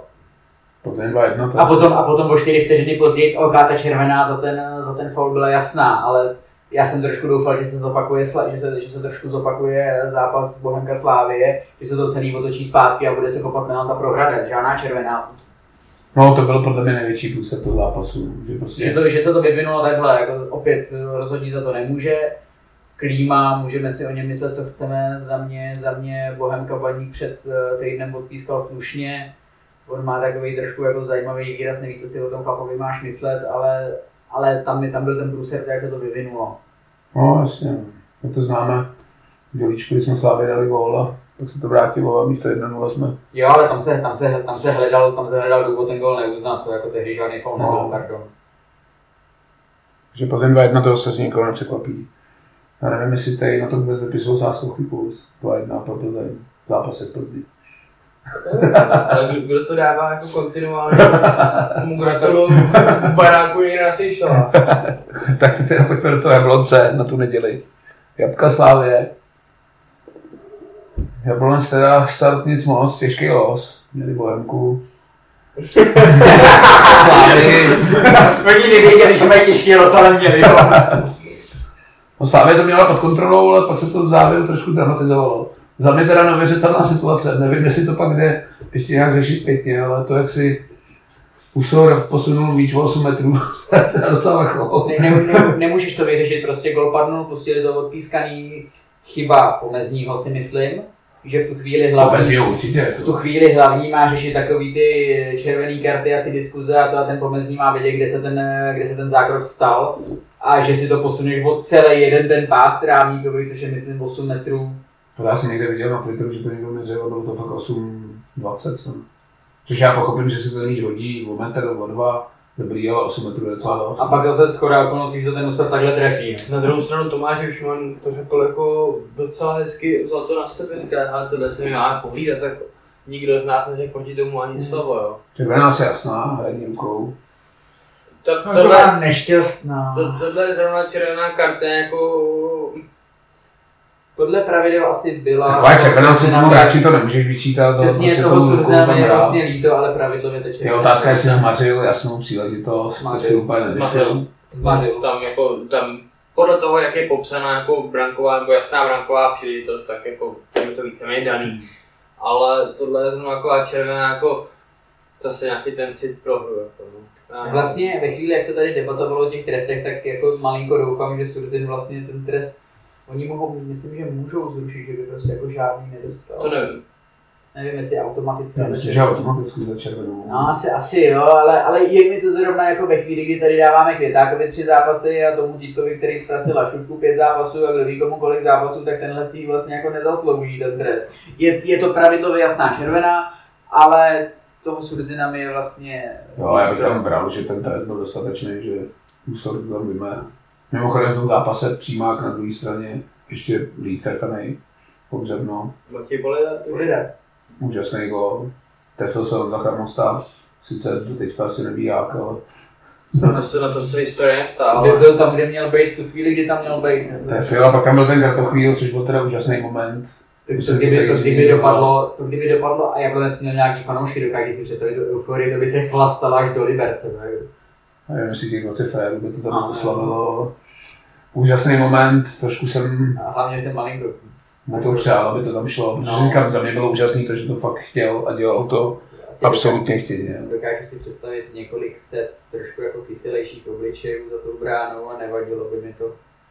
A potom o 4 vteřiny později ta červená za ten faul byla jasná, ale Já jsem trošku doufal, že se zopakuje, že se trošku zopakuje zápas Bohemka Slávie, že se to celý otočí zpátky a bude se kopat Milan ta prohra, žádná červená. No, to byl podle mě největší průser toho zápasu. Že, prostě... že se to vyvinulo takhle, jako opět rozhodně za to nemůže. Klíma, můžeme si o něm myslet, co chceme, za mě Bohemka Baník před týdnem odpískal slušně. On má takový trošku jako zajímavý výraz, nevíš, co si o tom chlapovi máš myslet, ale tam byl ten průser, jak se to vyvinulo. No jasně, my to známe. V Dělíčku, když jsme Slávě dali gól a tak se to vrátilo a místo 1-0 jsme. Jo, ale tam se hledal důvod ten gól neuznat, to jako tehdy žádný foul nebyl, pardon. Takže Plzeň 2-1 toho se z nikoho nepřekvapí. Já nevím, jestli tady na to vůbec vypisoval zásluchový kurz. 2-1 pro Plzeň, zápasek Plzeň. Ale kdo to dává jako kontinuálně? Mu gratuluju, baráku Jira Sejšela. Tak ty teda pojďme do toho Jablonce na tu neděli. Jabka Slávě. Jablonec teda start nic moc, těžký los. Měli Bohemku. Slávy. Oni nevěděli, že mají těžký los, ale měli. No Slávě to měla pod kontrolou, ale pak se to v závěru trošku dramatizovalo. Za mě teda neuvěřitelná situace, nevím, jestli to pak jde ještě nějak řešit zpětně, ale to, jak si Usor posunul míč o 8 metrů, to je docela vrchol. Nemůžeš to vyřešit, prostě gol padnul, pustili to odpískaný, chyba pomezního si myslím, že v tu chvíli hlavní má řešit takový ty červený karty a ty diskuze a ten pomezní má vědět, kde se ten zákrok stal a že si to posuneš od celý jeden ten pás trávníkový, což je myslím 8 metrů. To já jsem někde viděl na Twitteru, že to někdo měřil a bylo to fakt 8,20. Což já pochopím, že si ten míč hodí o metr, o 2, dobrý, ale 8 metrů je docela dost. A pak zase shodá okolností, že ten Usor takhle trefí. Na druhou stranu Tomáš Jušman to řekl jako docela hezky, vzal to na sebe, říká, ale tohle se mi máme pohlídat, tak nikdo z nás neřekl proti tomu ani slovo, jo. Červená je jasná, hraní rukou. Tohle je nešťastná. Tohle je zrovna červená karta jako... Podle pravidel asi byla... Taková červená si tomu hráči to nemůžeš vyčítat. Přesně prostě toho Surzena je vlastně líto, ale pravidlově to červená. Je otázka, jestli zmařil jasnou příležitost, to si úplně nemyslel. Tam podle toho, jak je popsaná jako branková nebo jasná branková příležitost, tak jako je to víceméně daný. Ale tohle je zrovna taková červená jako zase nějaký ten cit pro hru. Vlastně ve chvíli, jak to tady debatovalo o těch trestech, tak jako malinko doufám, že Surzin vlastně ten trest oni myslím, že můžou zrušit, že by prostě jako žádný nedostal. To nevím. Nevím, jestli automaticky. Já myslím, že automaticky za červenou. No asi jo, ale je mi to zrovna jako ve chvíli, kdy tady dáváme Květákovi 3 zápasy a tomu Týpkovi, který zprasil Lašušku 5 zápasů a kdo ví komu kolik zápasů, tak tenhle si vlastně jako nezaslouží ten trest. Je to pravidlově jasná červená, ale toho Surzina mi je vlastně... Jo, já bych tam bral, že ten trest byl dostatečný, že Usor tam vyjme. Mimochodem v tom zápase přímák na druhé straně, ještě líp trefenej, pohřebno. Matěj Bolida. Úžasný gól. Trefil se Honza Charmosta, sice do teďka asi neví jak, ale... Na to se historie ptá, byl tam, kde měl být, tu chvíli, kdy tam měl být. Trefil a pak tam byl ten kratochvíl, což byl teda úžasný moment. To kdyby dopadlo a Jablonec měl nějaký fanoušky, dokáží si představit tu euforii, to by se chlastalo až do Liberce. Tak? Nevím, jestli těch 20 frérů by to tam oslavilo. Úžasný moment, trošku jsem... A hlavně jsem malinko. Mu to přál, aby to tam šlo, protože říkám, za mě bylo úžasný to, že to fakt chtěl a dělal to absolutně chtěně. Dokážu si představit několik set trošku jako kyselejších obličejů za tou bránou a nevadilo by mi to.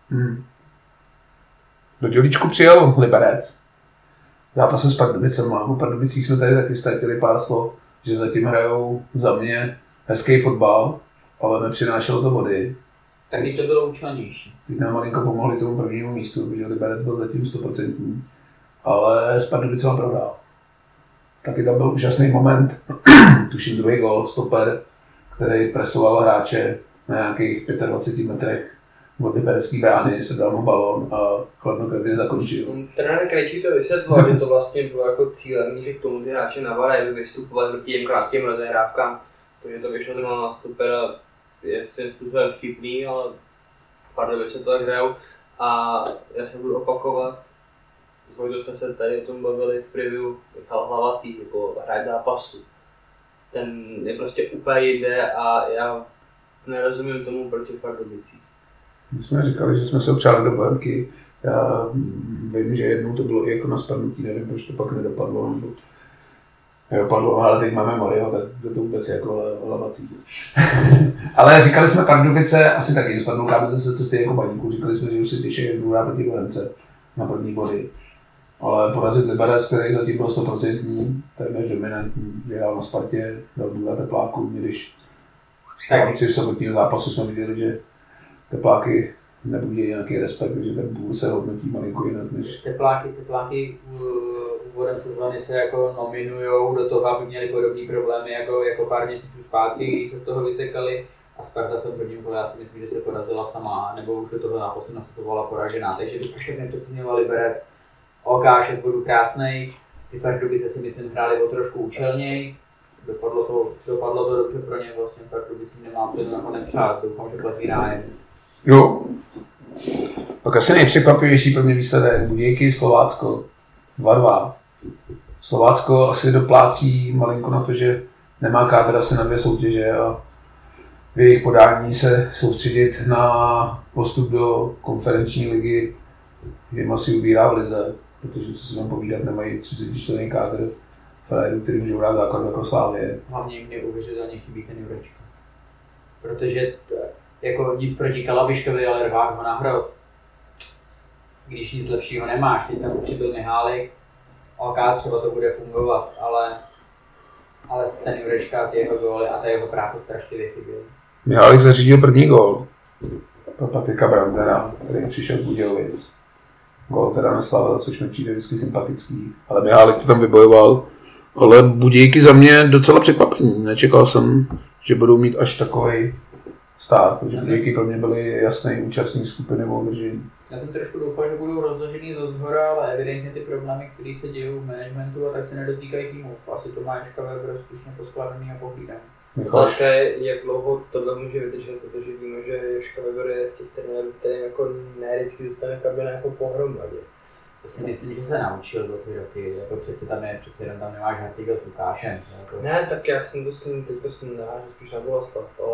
Do Dělíčku přijel Liberec. Zápas s Pardubicema. O Pardubicích jsme tady taky ztratili pár slov, že zatím hrajou za mě hezký fotbal, ale nepřinášelo to body. Tak když to bylo účelnější. Teď nám malinko pomohli tomu prvnímu místu, protože Liberec byl zatím 100%, ale s Pardubicema prohrál. Taky tam byl úžasný moment, tuším druhý gól, stoper, který presoval hráče na nějakých 25 metrech od liberecký brány, se dal mu balón a chladnokrevně zakončil. Trenér Krejčí to vysvětloval, že to vlastně bylo jako cílený, že k tomu ty hráče navarají, aby vystupovali proti těm krátkým rozehrávkám, takže to vyšlo zrovna na stoper a je svým způsobem vtipný, ale pardon, se to tak hrajou a já se budu opakovat. Zvojdu jsme se tady o tom bavili v preview Michal Hlavatý, jako hráč zápasu. Ten je prostě úplně jde a já nerozumím tomu proti Pardubicích. My jsme říkali, že jsme se opřáli do Bohemky. Já vím, že jednou to bylo i jako na spadnutí, nevím, proč to pak nedopadlo. Nebo nedopadlo, ale teď máme Mario, tak to vůbec je jako labatý. Ale říkali jsme Pardubice, asi taky spadnou Kábelce cesty jako Baníku. Říkali jsme, že už si těší budou hrát proti Bohemce na první body. Ale porazit Liberec, který zatím byl 100%, téměř dominantní, vyhrál na Spartě, dal důle Tepláků, když v sobotního zápasu jsme viděli, že Tepláky nebudí nějaký respekt, že ten Bůh se hodnotí malinko jinak než... Tepláky úvodem sezóny se jako nominujou do toho, aby měli podobné problémy jako pár měsíců zpátky, když se z toho vysekali. A Sparta v tom prvním kole, já si myslím, že se porazila sama, nebo už do toho zápasu nastupovala poražená. Takže bych už tak nepřeceňoval Liberec. OK, 6 bodů krásnej, ty Pardubice si myslím hráli o trošku účelnějc. Dopadlo to dobře pro ně, vlastně Pardubicím nemám to jako nepřát, doufám, že platí nájem. Jo. Pak asi nejpřekvapivější pro mě výsledek Budějky, Slovácko 2-2. Slovácko asi doplácí malinko na to, že nemá kádr asi na 2 soutěže a v jejich podání se soustředit na postup do konferenční ligy, jim asi ubírá v lize, protože co si vám povídat, nemají 30členný kádr frajerů, který můžou hrát základ jako Slávě. Hlavně jim neuvěřitelně chybí ten Jurečka. Protože jako nic proti Kalabiškovi, ale rvák ho na hrot. Když nic lepšího nemáš, teď tam přibyl Mihálik, OK, třeba to bude fungovat, ale ten Jurečka, ty jeho góly a ta jeho práce strašlivě chyběly. Mihálik zařídil první gól pro Patrika Brandera, který přišel z Budějovic. Gól teda neslavil, což mi přijde vždycky sympatický, ale Mihálik to tam vybojoval. Ale Budějky za mě docela překvapení. Nečekal jsem, že budou mít až takový start, protože Budějky pro mě byly jasný účastník skupiny o udržení. Já jsem trošku doufal, že budou rozložený ze zhora, ale evidentně ty problémy, které se dějí v managementu, a tak se nedotýkají týmu. Asi to má Jožka Weber slušně poskladaný a pohlídaný. Otázka je, jak dlouho tohle může vydržet, protože víme, že Jožka Weber je z těch trenérů, který jako ne vždycky zůstane v kabině jako pohromadě. To si myslím, že se naučil do ty roky, jako přece jenom tam nemáš Hartiga s Lukášem. Jako... Ne, tak já jsem to s ním teďko narážel spíš na Boleslav, ale...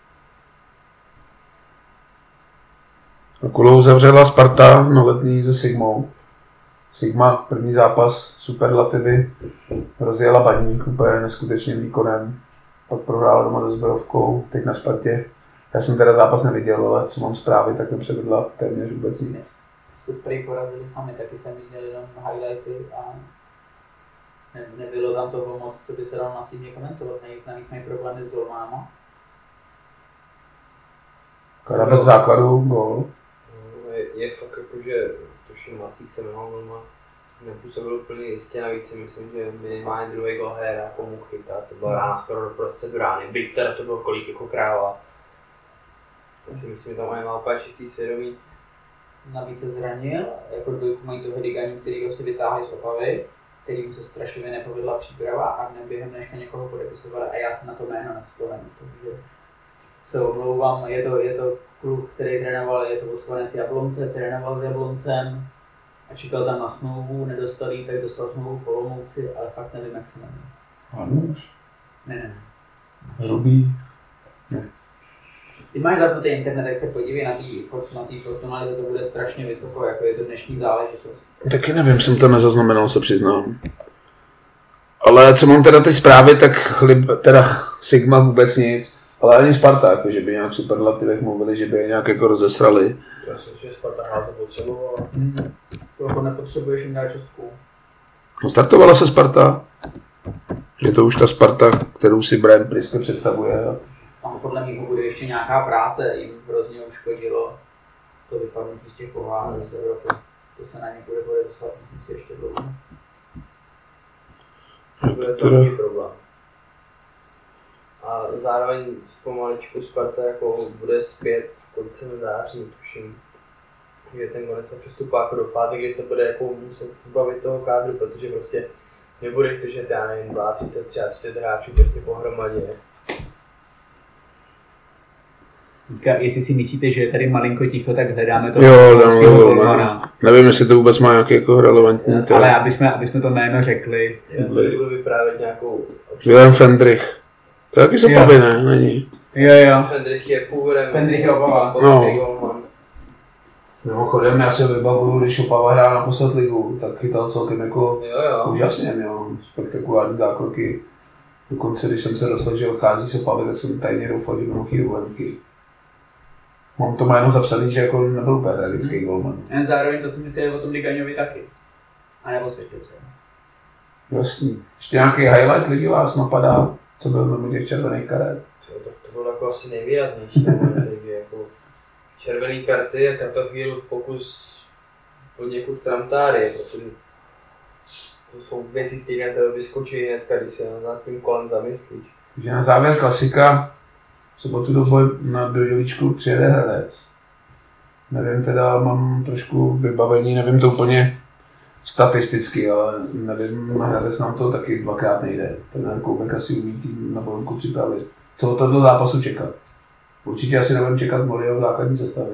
Kolo zavřela Sparta na Letný se Sigmou. Sigma, první zápas, superlativy, rozjela Baník úplně neskutečným výkonem. Pak prohrála doma s Zbrojovkou, teď na Spartě. Já jsem teda zápas neviděl, ale co mám zprávy, tak nepředvedla téměř vůbec nic. Super porazili sami, taky jsem viděl jenom highlighty a nebylo tam toho moc, co by se dalo masivně komentovat. Navíc mají problémy s golmanama. Karabek základu, gól. Je fakt jako, že tuším Macík se jmenoval doma, nepůsobil úplně jistě, navíc si myslím, že minimálně druhý gól hraje jako mu chytat, to byla rána skoro do prostřed brány, byť teda to bylo kolik jako kráva. Já si myslím, že tam má úplně čistý svědomí. Navíc se zranil, jako dvojku mají toho Digani, který si vytáhli z Opavy, kterým se strašlivě nepovedla příprava a během dneška někoho podepisovali a já jsem na to jméno nevzpomenu, takže se omlouvám, je to kluk, který trénoval, je to odchovanec Jablonce, trénoval s Jabloncem a čekal tam na smlouvu, nedostal jí, tak dostal smlouvu v Olomouci, ale fakt nevím, jak se jmenuje. Hanuš? Ne. Hrubý? Ne. Ty máš zapnutý internet, tak se podívej na té Fortuna, že to bude strašně vysoko, jako je to dnešní záležitost. Taky nevím, jsem to nezaznamenal, se přiznám. Ale co mám teda teď zprávy, tak teda Sigma vůbec nic. Ale ani Sparta, jako, že by nějak superlativech mluvili, že by je nějak jako rozesrali. Já si myslím, že Sparta hrál to potřebovala. Jako nepotřebuješ jim dát čestku. No startovala se Sparta. Je to už ta Sparta, kterou si Brian Priske představuje. Tam podle mě bude ještě nějaká práce, jim hrozně uškodilo to vypadnutí z těch pohárů z Evropy. To se na ně bude podepsat, myslím si, ještě dlouho. Bude to velký problém. A zároveň pomaličku Sparta jako bude zpět koncem září, tuším, že ten konec přestupá jako do fáze, kdy se bude jako muset zbavit toho kádru, protože prostě nebude držet, já nevím, 20, třeba 30 hráčů prostě pohromadě. Jestli si myslíte, že je tady malinko ticho, tak hledáme to golmana. Nevím, jestli to vůbec má nějaký jako relevantní. Ale aby jsme to jméno řekli. Já budu vyprávět nějakou... Wilhelm Fendrich. To je taky z Opavy, ne? Není. Jo. Fendrich je původem. Fendrich je Opava. No. Mimochodem, já si vybavuju, když Opava hrál naposled ligu, tak chytal celkem jako úžasně, měl spektakulární zákroky. Dokonce, když jsem se dostal, že odchází z Opavy, tak jsem tajně doufal, že budou chytit Bohemky. Mám to jméno zapsaný, že jako nebyl úplně tragický golman. Zároveň to si myslel o tom Ligaňovi taky. A nebo světil se. Jasný. Ještě nějaký highlight ligy vás napadá, co byl mimo těch červených karet? To bylo jako asi nejvýraznější ligy, jako červený karty a Kratochvíl pokus od někud tramtáry, protože to jsou věci, které na tebe vyskočí hnedka, když se nad tím kolem zamyslíš. Takže na závěr klasika, v sobotu do Dělíčku přijede Hradec. Nevím, teda mám trošku vybavení, nevím to úplně statisticky, ale nevím, Hradec nám to taky dvakrát nejde. Ten Koubek asi umí tým na Bohemku připravit. Co od tohoto zápasu čekat? Určitě asi nebudeme čekat Moryho v základní sestavě.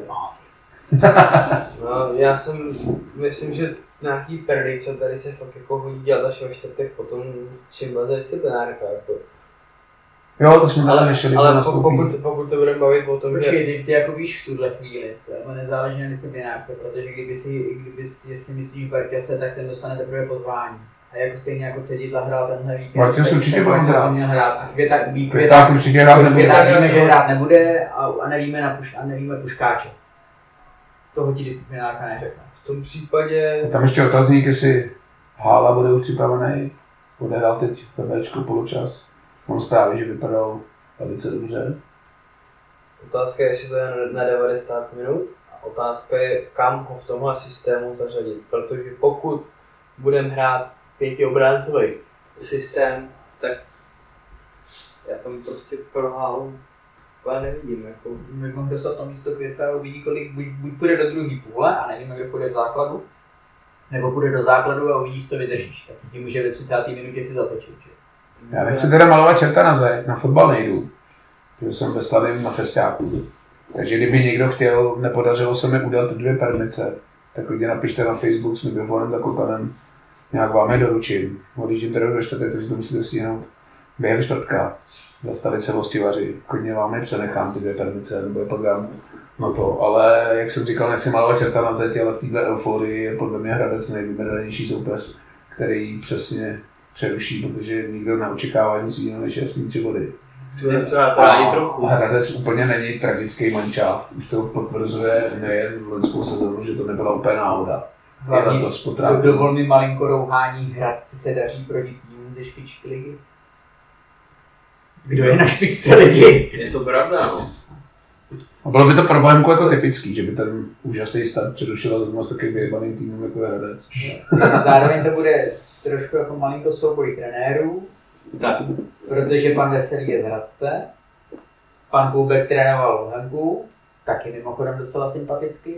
No, já myslím, že nějaký predikce tady se fakt jako hodí dělat až ve čtvrtek potom, čím bude disciplinárka. Jako. Jo, to jsme ale řešili. Ale pokud se budeme bavit o tom, počkej, ty jako víš v tuhle chvíli, to nezáleží na disciplinárce, protože jestli myslíš Barkase, tak ten dostane teprve pozvání. A jako stejně jako Cedidla hrál tenhle víkend, Barkas určitě bude hrát. A Květák určitě hrát nebude. Květák víme, že hrát nebude a nevíme Puškáče. Toho ti disciplinárka neřekne. V tom případě... Tam ještě otazník, jestli Hála bude už připravený. Odehrál teď PBčko poločas. On stráví, že vypadal velice dobře. Otázka je, jestli to je na 90 minut. A otázka je, kam ho v tomhle systému zařadit. Protože pokud budeme hrát 5obráncový systém, tak já tam prostě pro Hálu nevidím. Jako... Mám dostat to místo Květa, uvidí kolik, buď půjde do druhé půle a nevíme, kde půjde v základu, nebo půjde do základu a uvidíš, co vydržíš. Tak ti může ve 30. minutě si zatočit. Že? Já nechci teda malovat čerta na zeď, na fotbal nejdu, protože jsem ve Slavím na festiáku. Takže kdyby někdo chtěl, nepodařilo se mi udělat 2 permice, tak lidi napište na Facebook s mikrofonem za Kopanem, nějak vám je doručím. Odjíždím teda do čtvrtek, takže to musíte stihnout během čtvrtka. Zastavit se hostivaři, klidně vám je přenechám ty 2 permice, nebo je pak dám na to. Ale jak jsem říkal, nechci malovat čerta na zeď, ale v této euforii je podle mě Hradec nejvybranější soupeř, který přesně přeruší, protože nikdo neočekává nic jiného než jasný 3 body. Hradec úplně není tragický mančáv. Už to potvrzuje nejen v loňskou sezónu, že to nebyla úplně náhoda. Hlavně dovol mi malinko rouhání, Hradci se daří proti týmům ze špičky ligy. Kdo je na špičce ligy? Je to pravda, no. A bylo by to pro Bohemku jako typický, že by ten úžasný start přerušila zrovna s takovým vyjebaným týmem jako je Hradec. Zároveň to bude trošku jako malinko souboj trenérů, tak. Protože pan Veselý je z Hradce, pan Koubek trénoval Bohemku, taky mimochodem docela sympaticky,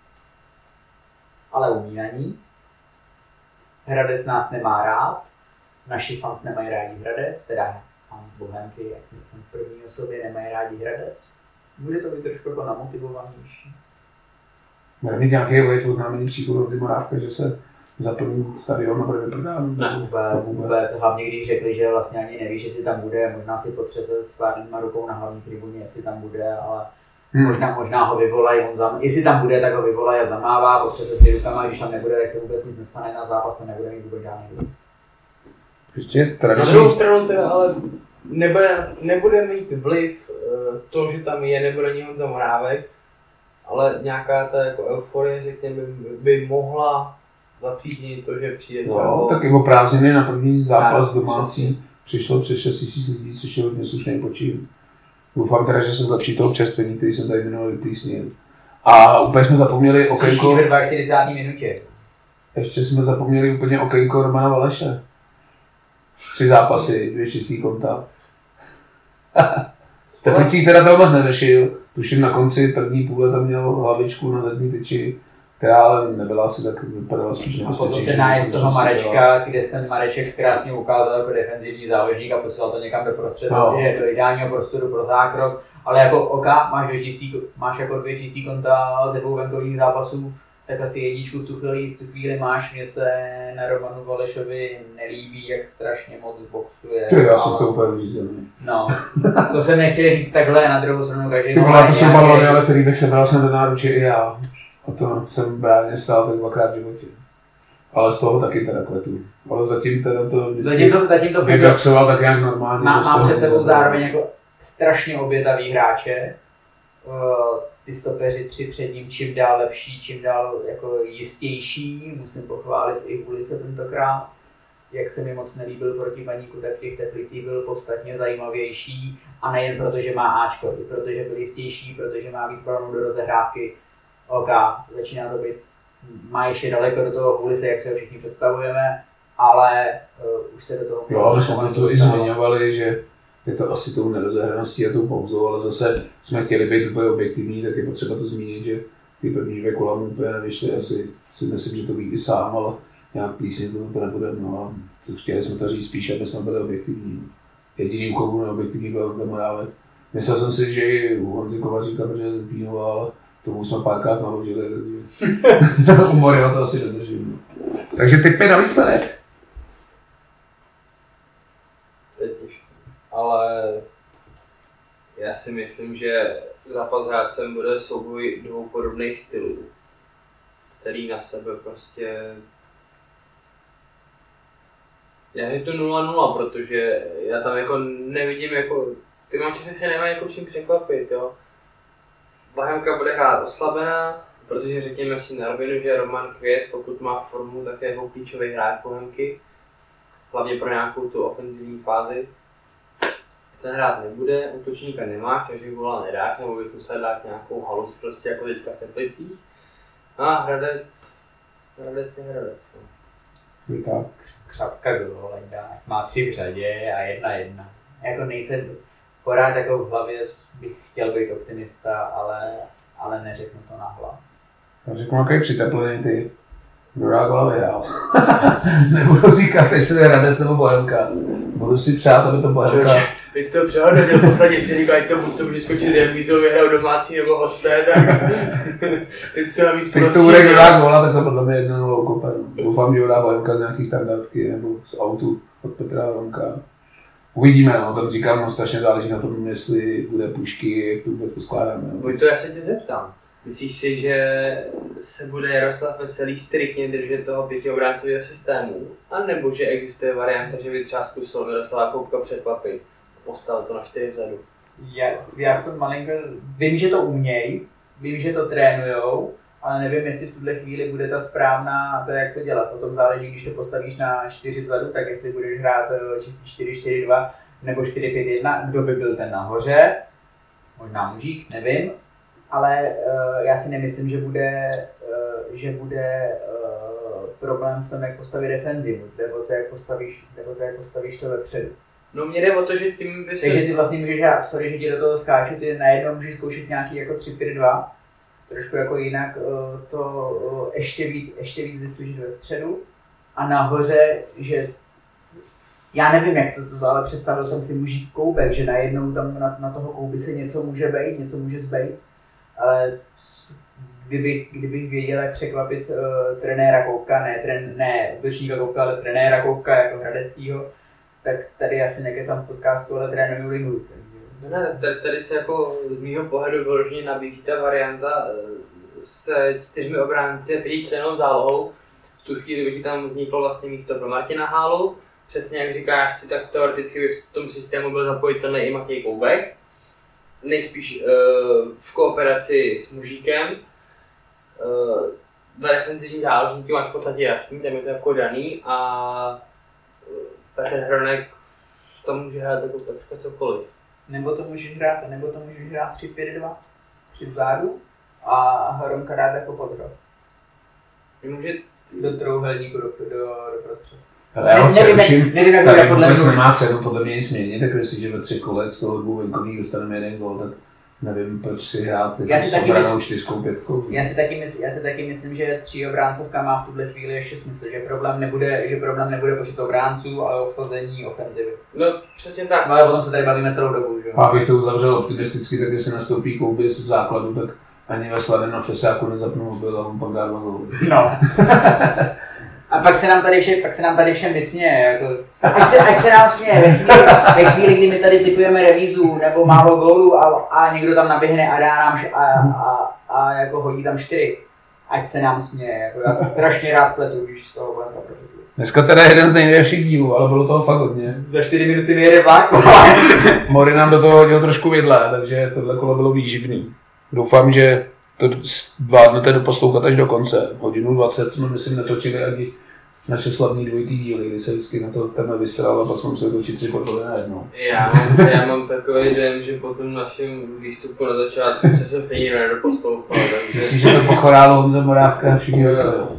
ale umí na ní. Hradec nás nemá rád, naši fans nemají rádi Hradec, teda fans Bohemky, jak jsem v první osobě, nemají rádi Hradec. Může to být trošku jako namotivovanější. Bude mít nějaký vliv oznámení příchodu do Morávka, že se zaplní stadion a bude vyprodán? Ne, vůbec. Hlavně když řekli, že vlastně ani neví, že si tam bude, možná si potřese s tvárnýma rukou na hlavní tribuně, jestli tam bude, ale možná ho vyvolají, jestli tam bude, tak ho vyvolají a zamává, potřese si rukama, když tam nebude, tak se vůbec nic nestane na zápas, to nebude mít vůbec žádný vliv. Na druhou stranu teda ale nebude mít vliv to, že tam je, nebude ani Honza Morávek, ale nějaká ta jako euforie, řekněme, by mohla zapříčinit to, že přijde třeba. No, tak jako prázdniny na první zápas domácí přišlo přes 6 000 lidí, což je hodně slušný počin. Doufám teda, že se zlepší toho občerstvení, který jsem tady minulý vyplísnil. A úplně jsme zapomněli okénko... Ve 42. minutě. Ještě jsme zapomněli úplně okénko Romana Valeše. 3 zápasy, 2 čistý konta. Teplicí teda toho moc neřešil. Tuším na konci první půle tam měl hlavičku na zadní tyči, která ale nebyla asi tak, vypadala spíš nebezpečnější. A potom ten nájezd toho Marečka, kde jsem Mareček krásně ukázal jako defenzivní záložník a posílal to někam do prostředí, do ideálního prostoru pro zákrok. Ale jako oka máš jako 2 čistý konta ze 2 venkových zápasů, tak asi jedničku v tu chvíli máš. Mně se na Romanu Valešovi nelíbí, jak strašně moc boxuje. Já jsem to úplně vyřízený. No, to jsem nechtěl říct takhle, na druhou stranu každý... Ty vole, to jsou balony, ale který bych sebral jsem do náruče i já. A to jsem právě stál tak 2krát v životě. Ale z toho taky teda kletu. Ale zatím teda to zatím to vyboxoval tak nějak normálně. Má před sebou zároveň jako strašně obětavý hráče. Ty stopeři 3 před ním čím dál lepší, čím dál jako jistější. Musím pochválit i Ulise tentokrát. Jak se mi moc nelíbil proti Baníku, tak v těch Teplicích byl podstatně zajímavější. A nejen proto, že má Ačko, i protože byl jistější, protože má víc balonů do rozehrávky. OK, začíná to být, má ještě daleko do toho Ulise, jak si ho všichni představujeme, ale už se do toho... Jo, my jsme to i zmiňovali, že je to asi tou nerozehraností a tou pauzou, ale zase jsme chtěli být úplně objektivní, tak je potřeba to zmínit, že ty první 2 kola mu úplně nevyšly, asi si myslím, že to ví i sám, ale nějak plísně to nebude, no a chtěli jsme to říct spíš, aby jsme byli objektivní. Jediným komu neobjektivní byl Morávek. Myslel jsem si, že i u Honzy Kovaříka, protože zbínoval, ale tomu jsme párkrát naložili, takže humory to asi nedržím. Takže tipy na výsledek. Ale já si myslím, že zápas s Hradcem bude souboj 2 podobných stylů, který na sebe prostě... Já je to 0-0, protože já tam jako nevidím jako... Ty mančasy se nemají jako čím překvapit, jo. Bohemka bude hrát oslabená, protože řekněme si na rovinu, že Roman Květ, pokud má formu, tak je jako klíčový hráč Bohemky. Hlavně pro nějakou tu ofenzivní fázi. Ten hrát nebude, útočníka nemá, takže góla nedáš, nebo bys musel dát nějakou halus prostě jako teďka v Teplicích. A Hradec je Hradec. No. Křapka góla dá, má 3 v řadě a 1-1. Jako nejsem pořád jako v hlavě, bych chtěl být optimista, ale neřeknu to nahlas. Já řeknu, jaký přiteplení ty. Kdo dá góla vyhrál. Nebudu říkat, jestli je Hradec nebo Bohemka. Budu si přát, aby to Bohemka. Teď jsi to přehodnotil, posledně si říkal, ať to může skočit remízou, vyhrál domácí nebo hosté, tak teď jsi to mít teď to bude, kdo dá góla, tak to podle mě 1-0 kopen. Doufám, že ho dá Bohemka z nějaký standardky nebo z autu od Petra Romka. Uvidíme, no, tam říkám, no, strašně záleží na tom, jestli bude pušky, jak to vůbec poskládáme. Vojto, já se tě zeptám. Myslíš si, že se bude Jaroslav Veselý striktně držet toho 5obráncového systému? A nebo že existuje varianta, že by třeba zkusil Miroslava Koupka překvapit a postavil to na 4 vzadu? Já v tom malinko vím, že to umějí, vím, že to trénujou, ale nevím, jestli v tuhle chvíli bude ta správná, to jak to dělat. Potom záleží, když to postavíš na 4 vzadu, tak jestli budeš hrát čistý 4-4-2 nebo 4-5-1, kdo by byl ten nahoře, možná Mužík, nevím. Ale já si nemyslím, že bude problém v tom, jak postavit defenzivu, nebo to, jak postavíš to vepředu. No mě jde o to, že tím by se... Takže ty vlastně můžeš hrát, sorry, že ti do toho skáču, ty najednou můžeš zkoušet nějaký jako 3-5-2, trošku jako jinak to ještě víc vystužit ve středu a nahoře, že já nevím, jak to ale představil jsem si Mužík Koubek, že najednou tam na toho Kouby se něco může být, něco může zbejt. Ale kdybych věděl, jak překvapit trenéra Koupka, ne útočníka Koupka, ale trenéra Koupka jako Hradeckýho, tak tady asi nekecám v podcastu, ale trénuju ligu. Ne, tady se jako z mýho pohledu vyloženě nabízí ta varianta se 4 obránci a 5člennou zálohou. V tu chvíli by tam vzniklo vlastně místo pro Martina Hálu. Přesně jak říkáš, tak teoreticky by v tom systému byl zapojitelný i Matěj Koubek. Nejspíš v kooperaci s Mužíkem. Za defenzivní záložníky máš v podstatě jasný, tam je to jako daný a Petr Hronek tam může hrát jako takřka cokoliv. Nebo to můžeš hrát 3-5-2, 3 vzadu a Hronka dát jako podrop. Může do trouhelníku do prostředí. Ale já nevím, tady vůbec nemá cenu podle mě nic měnit, tak jestliže ve 3 kolech z toho 2 venkovních dostaneme 1 gól, tak nevím, proč si hrát s obranou 4-5. Já si taky myslím, že 3 obráncovka má v tuhle chvíli ještě smysl, že problém nebude počet obránců, ale obsazení ofenzivy. No přesně tak. No ale potom se tady bavíme celou dobu, že? A abych to uzavřel optimisticky, tak jestli nastoupí Kouby v základu, tak ani ve slavě na Fesáku nezapnu mobil a on pak dá 2 góly. No. A pak se nám tady všem vysměje, jako, ať se nám směje ve chvíli, kdy my tady tipujeme remízu nebo málo gólů a někdo tam naběhne a dá nám a jako hodí tam 4. ať se nám směje. Jako já se strašně rád pletu, když z toho budeme profituju. Dneska teda jeden z nejlepších dílů, ale bylo toho fakt hodně. Za 4 minuty vyjede vlak. Mori nám do toho hodil trošku vidle, takže tohle kolo bylo výživný. Doufám, že to zvládnete doposlouchat až do konce. 1:20 jsme, myslím, netočili ani naše slavný dvojitý díly, kdy se vždycky na to téma vysral a pak jsme museli točit 3 fotbaly najednou. Já mám takový dojem, že po tom našem výstupu na začátku se stejně nedoposlouchal, takže... Myslím, že to pochorálo Honza Morávka a všichni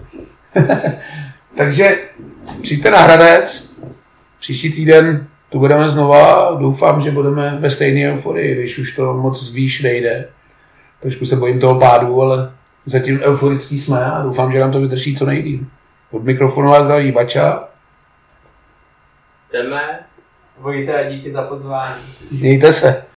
Takže přijďte na Hradec, příští týden tu budeme znova, doufám, že budeme ve stejné euforii, když už to moc výš nejde. Trošku se bojím toho pádu, ale zatím euforický jsme a doufám, že nám to vydrží co nejdýl. Od mikrofonu a zdraví Bača. Jdeme. Vojte a díky za pozvání. Mějte se.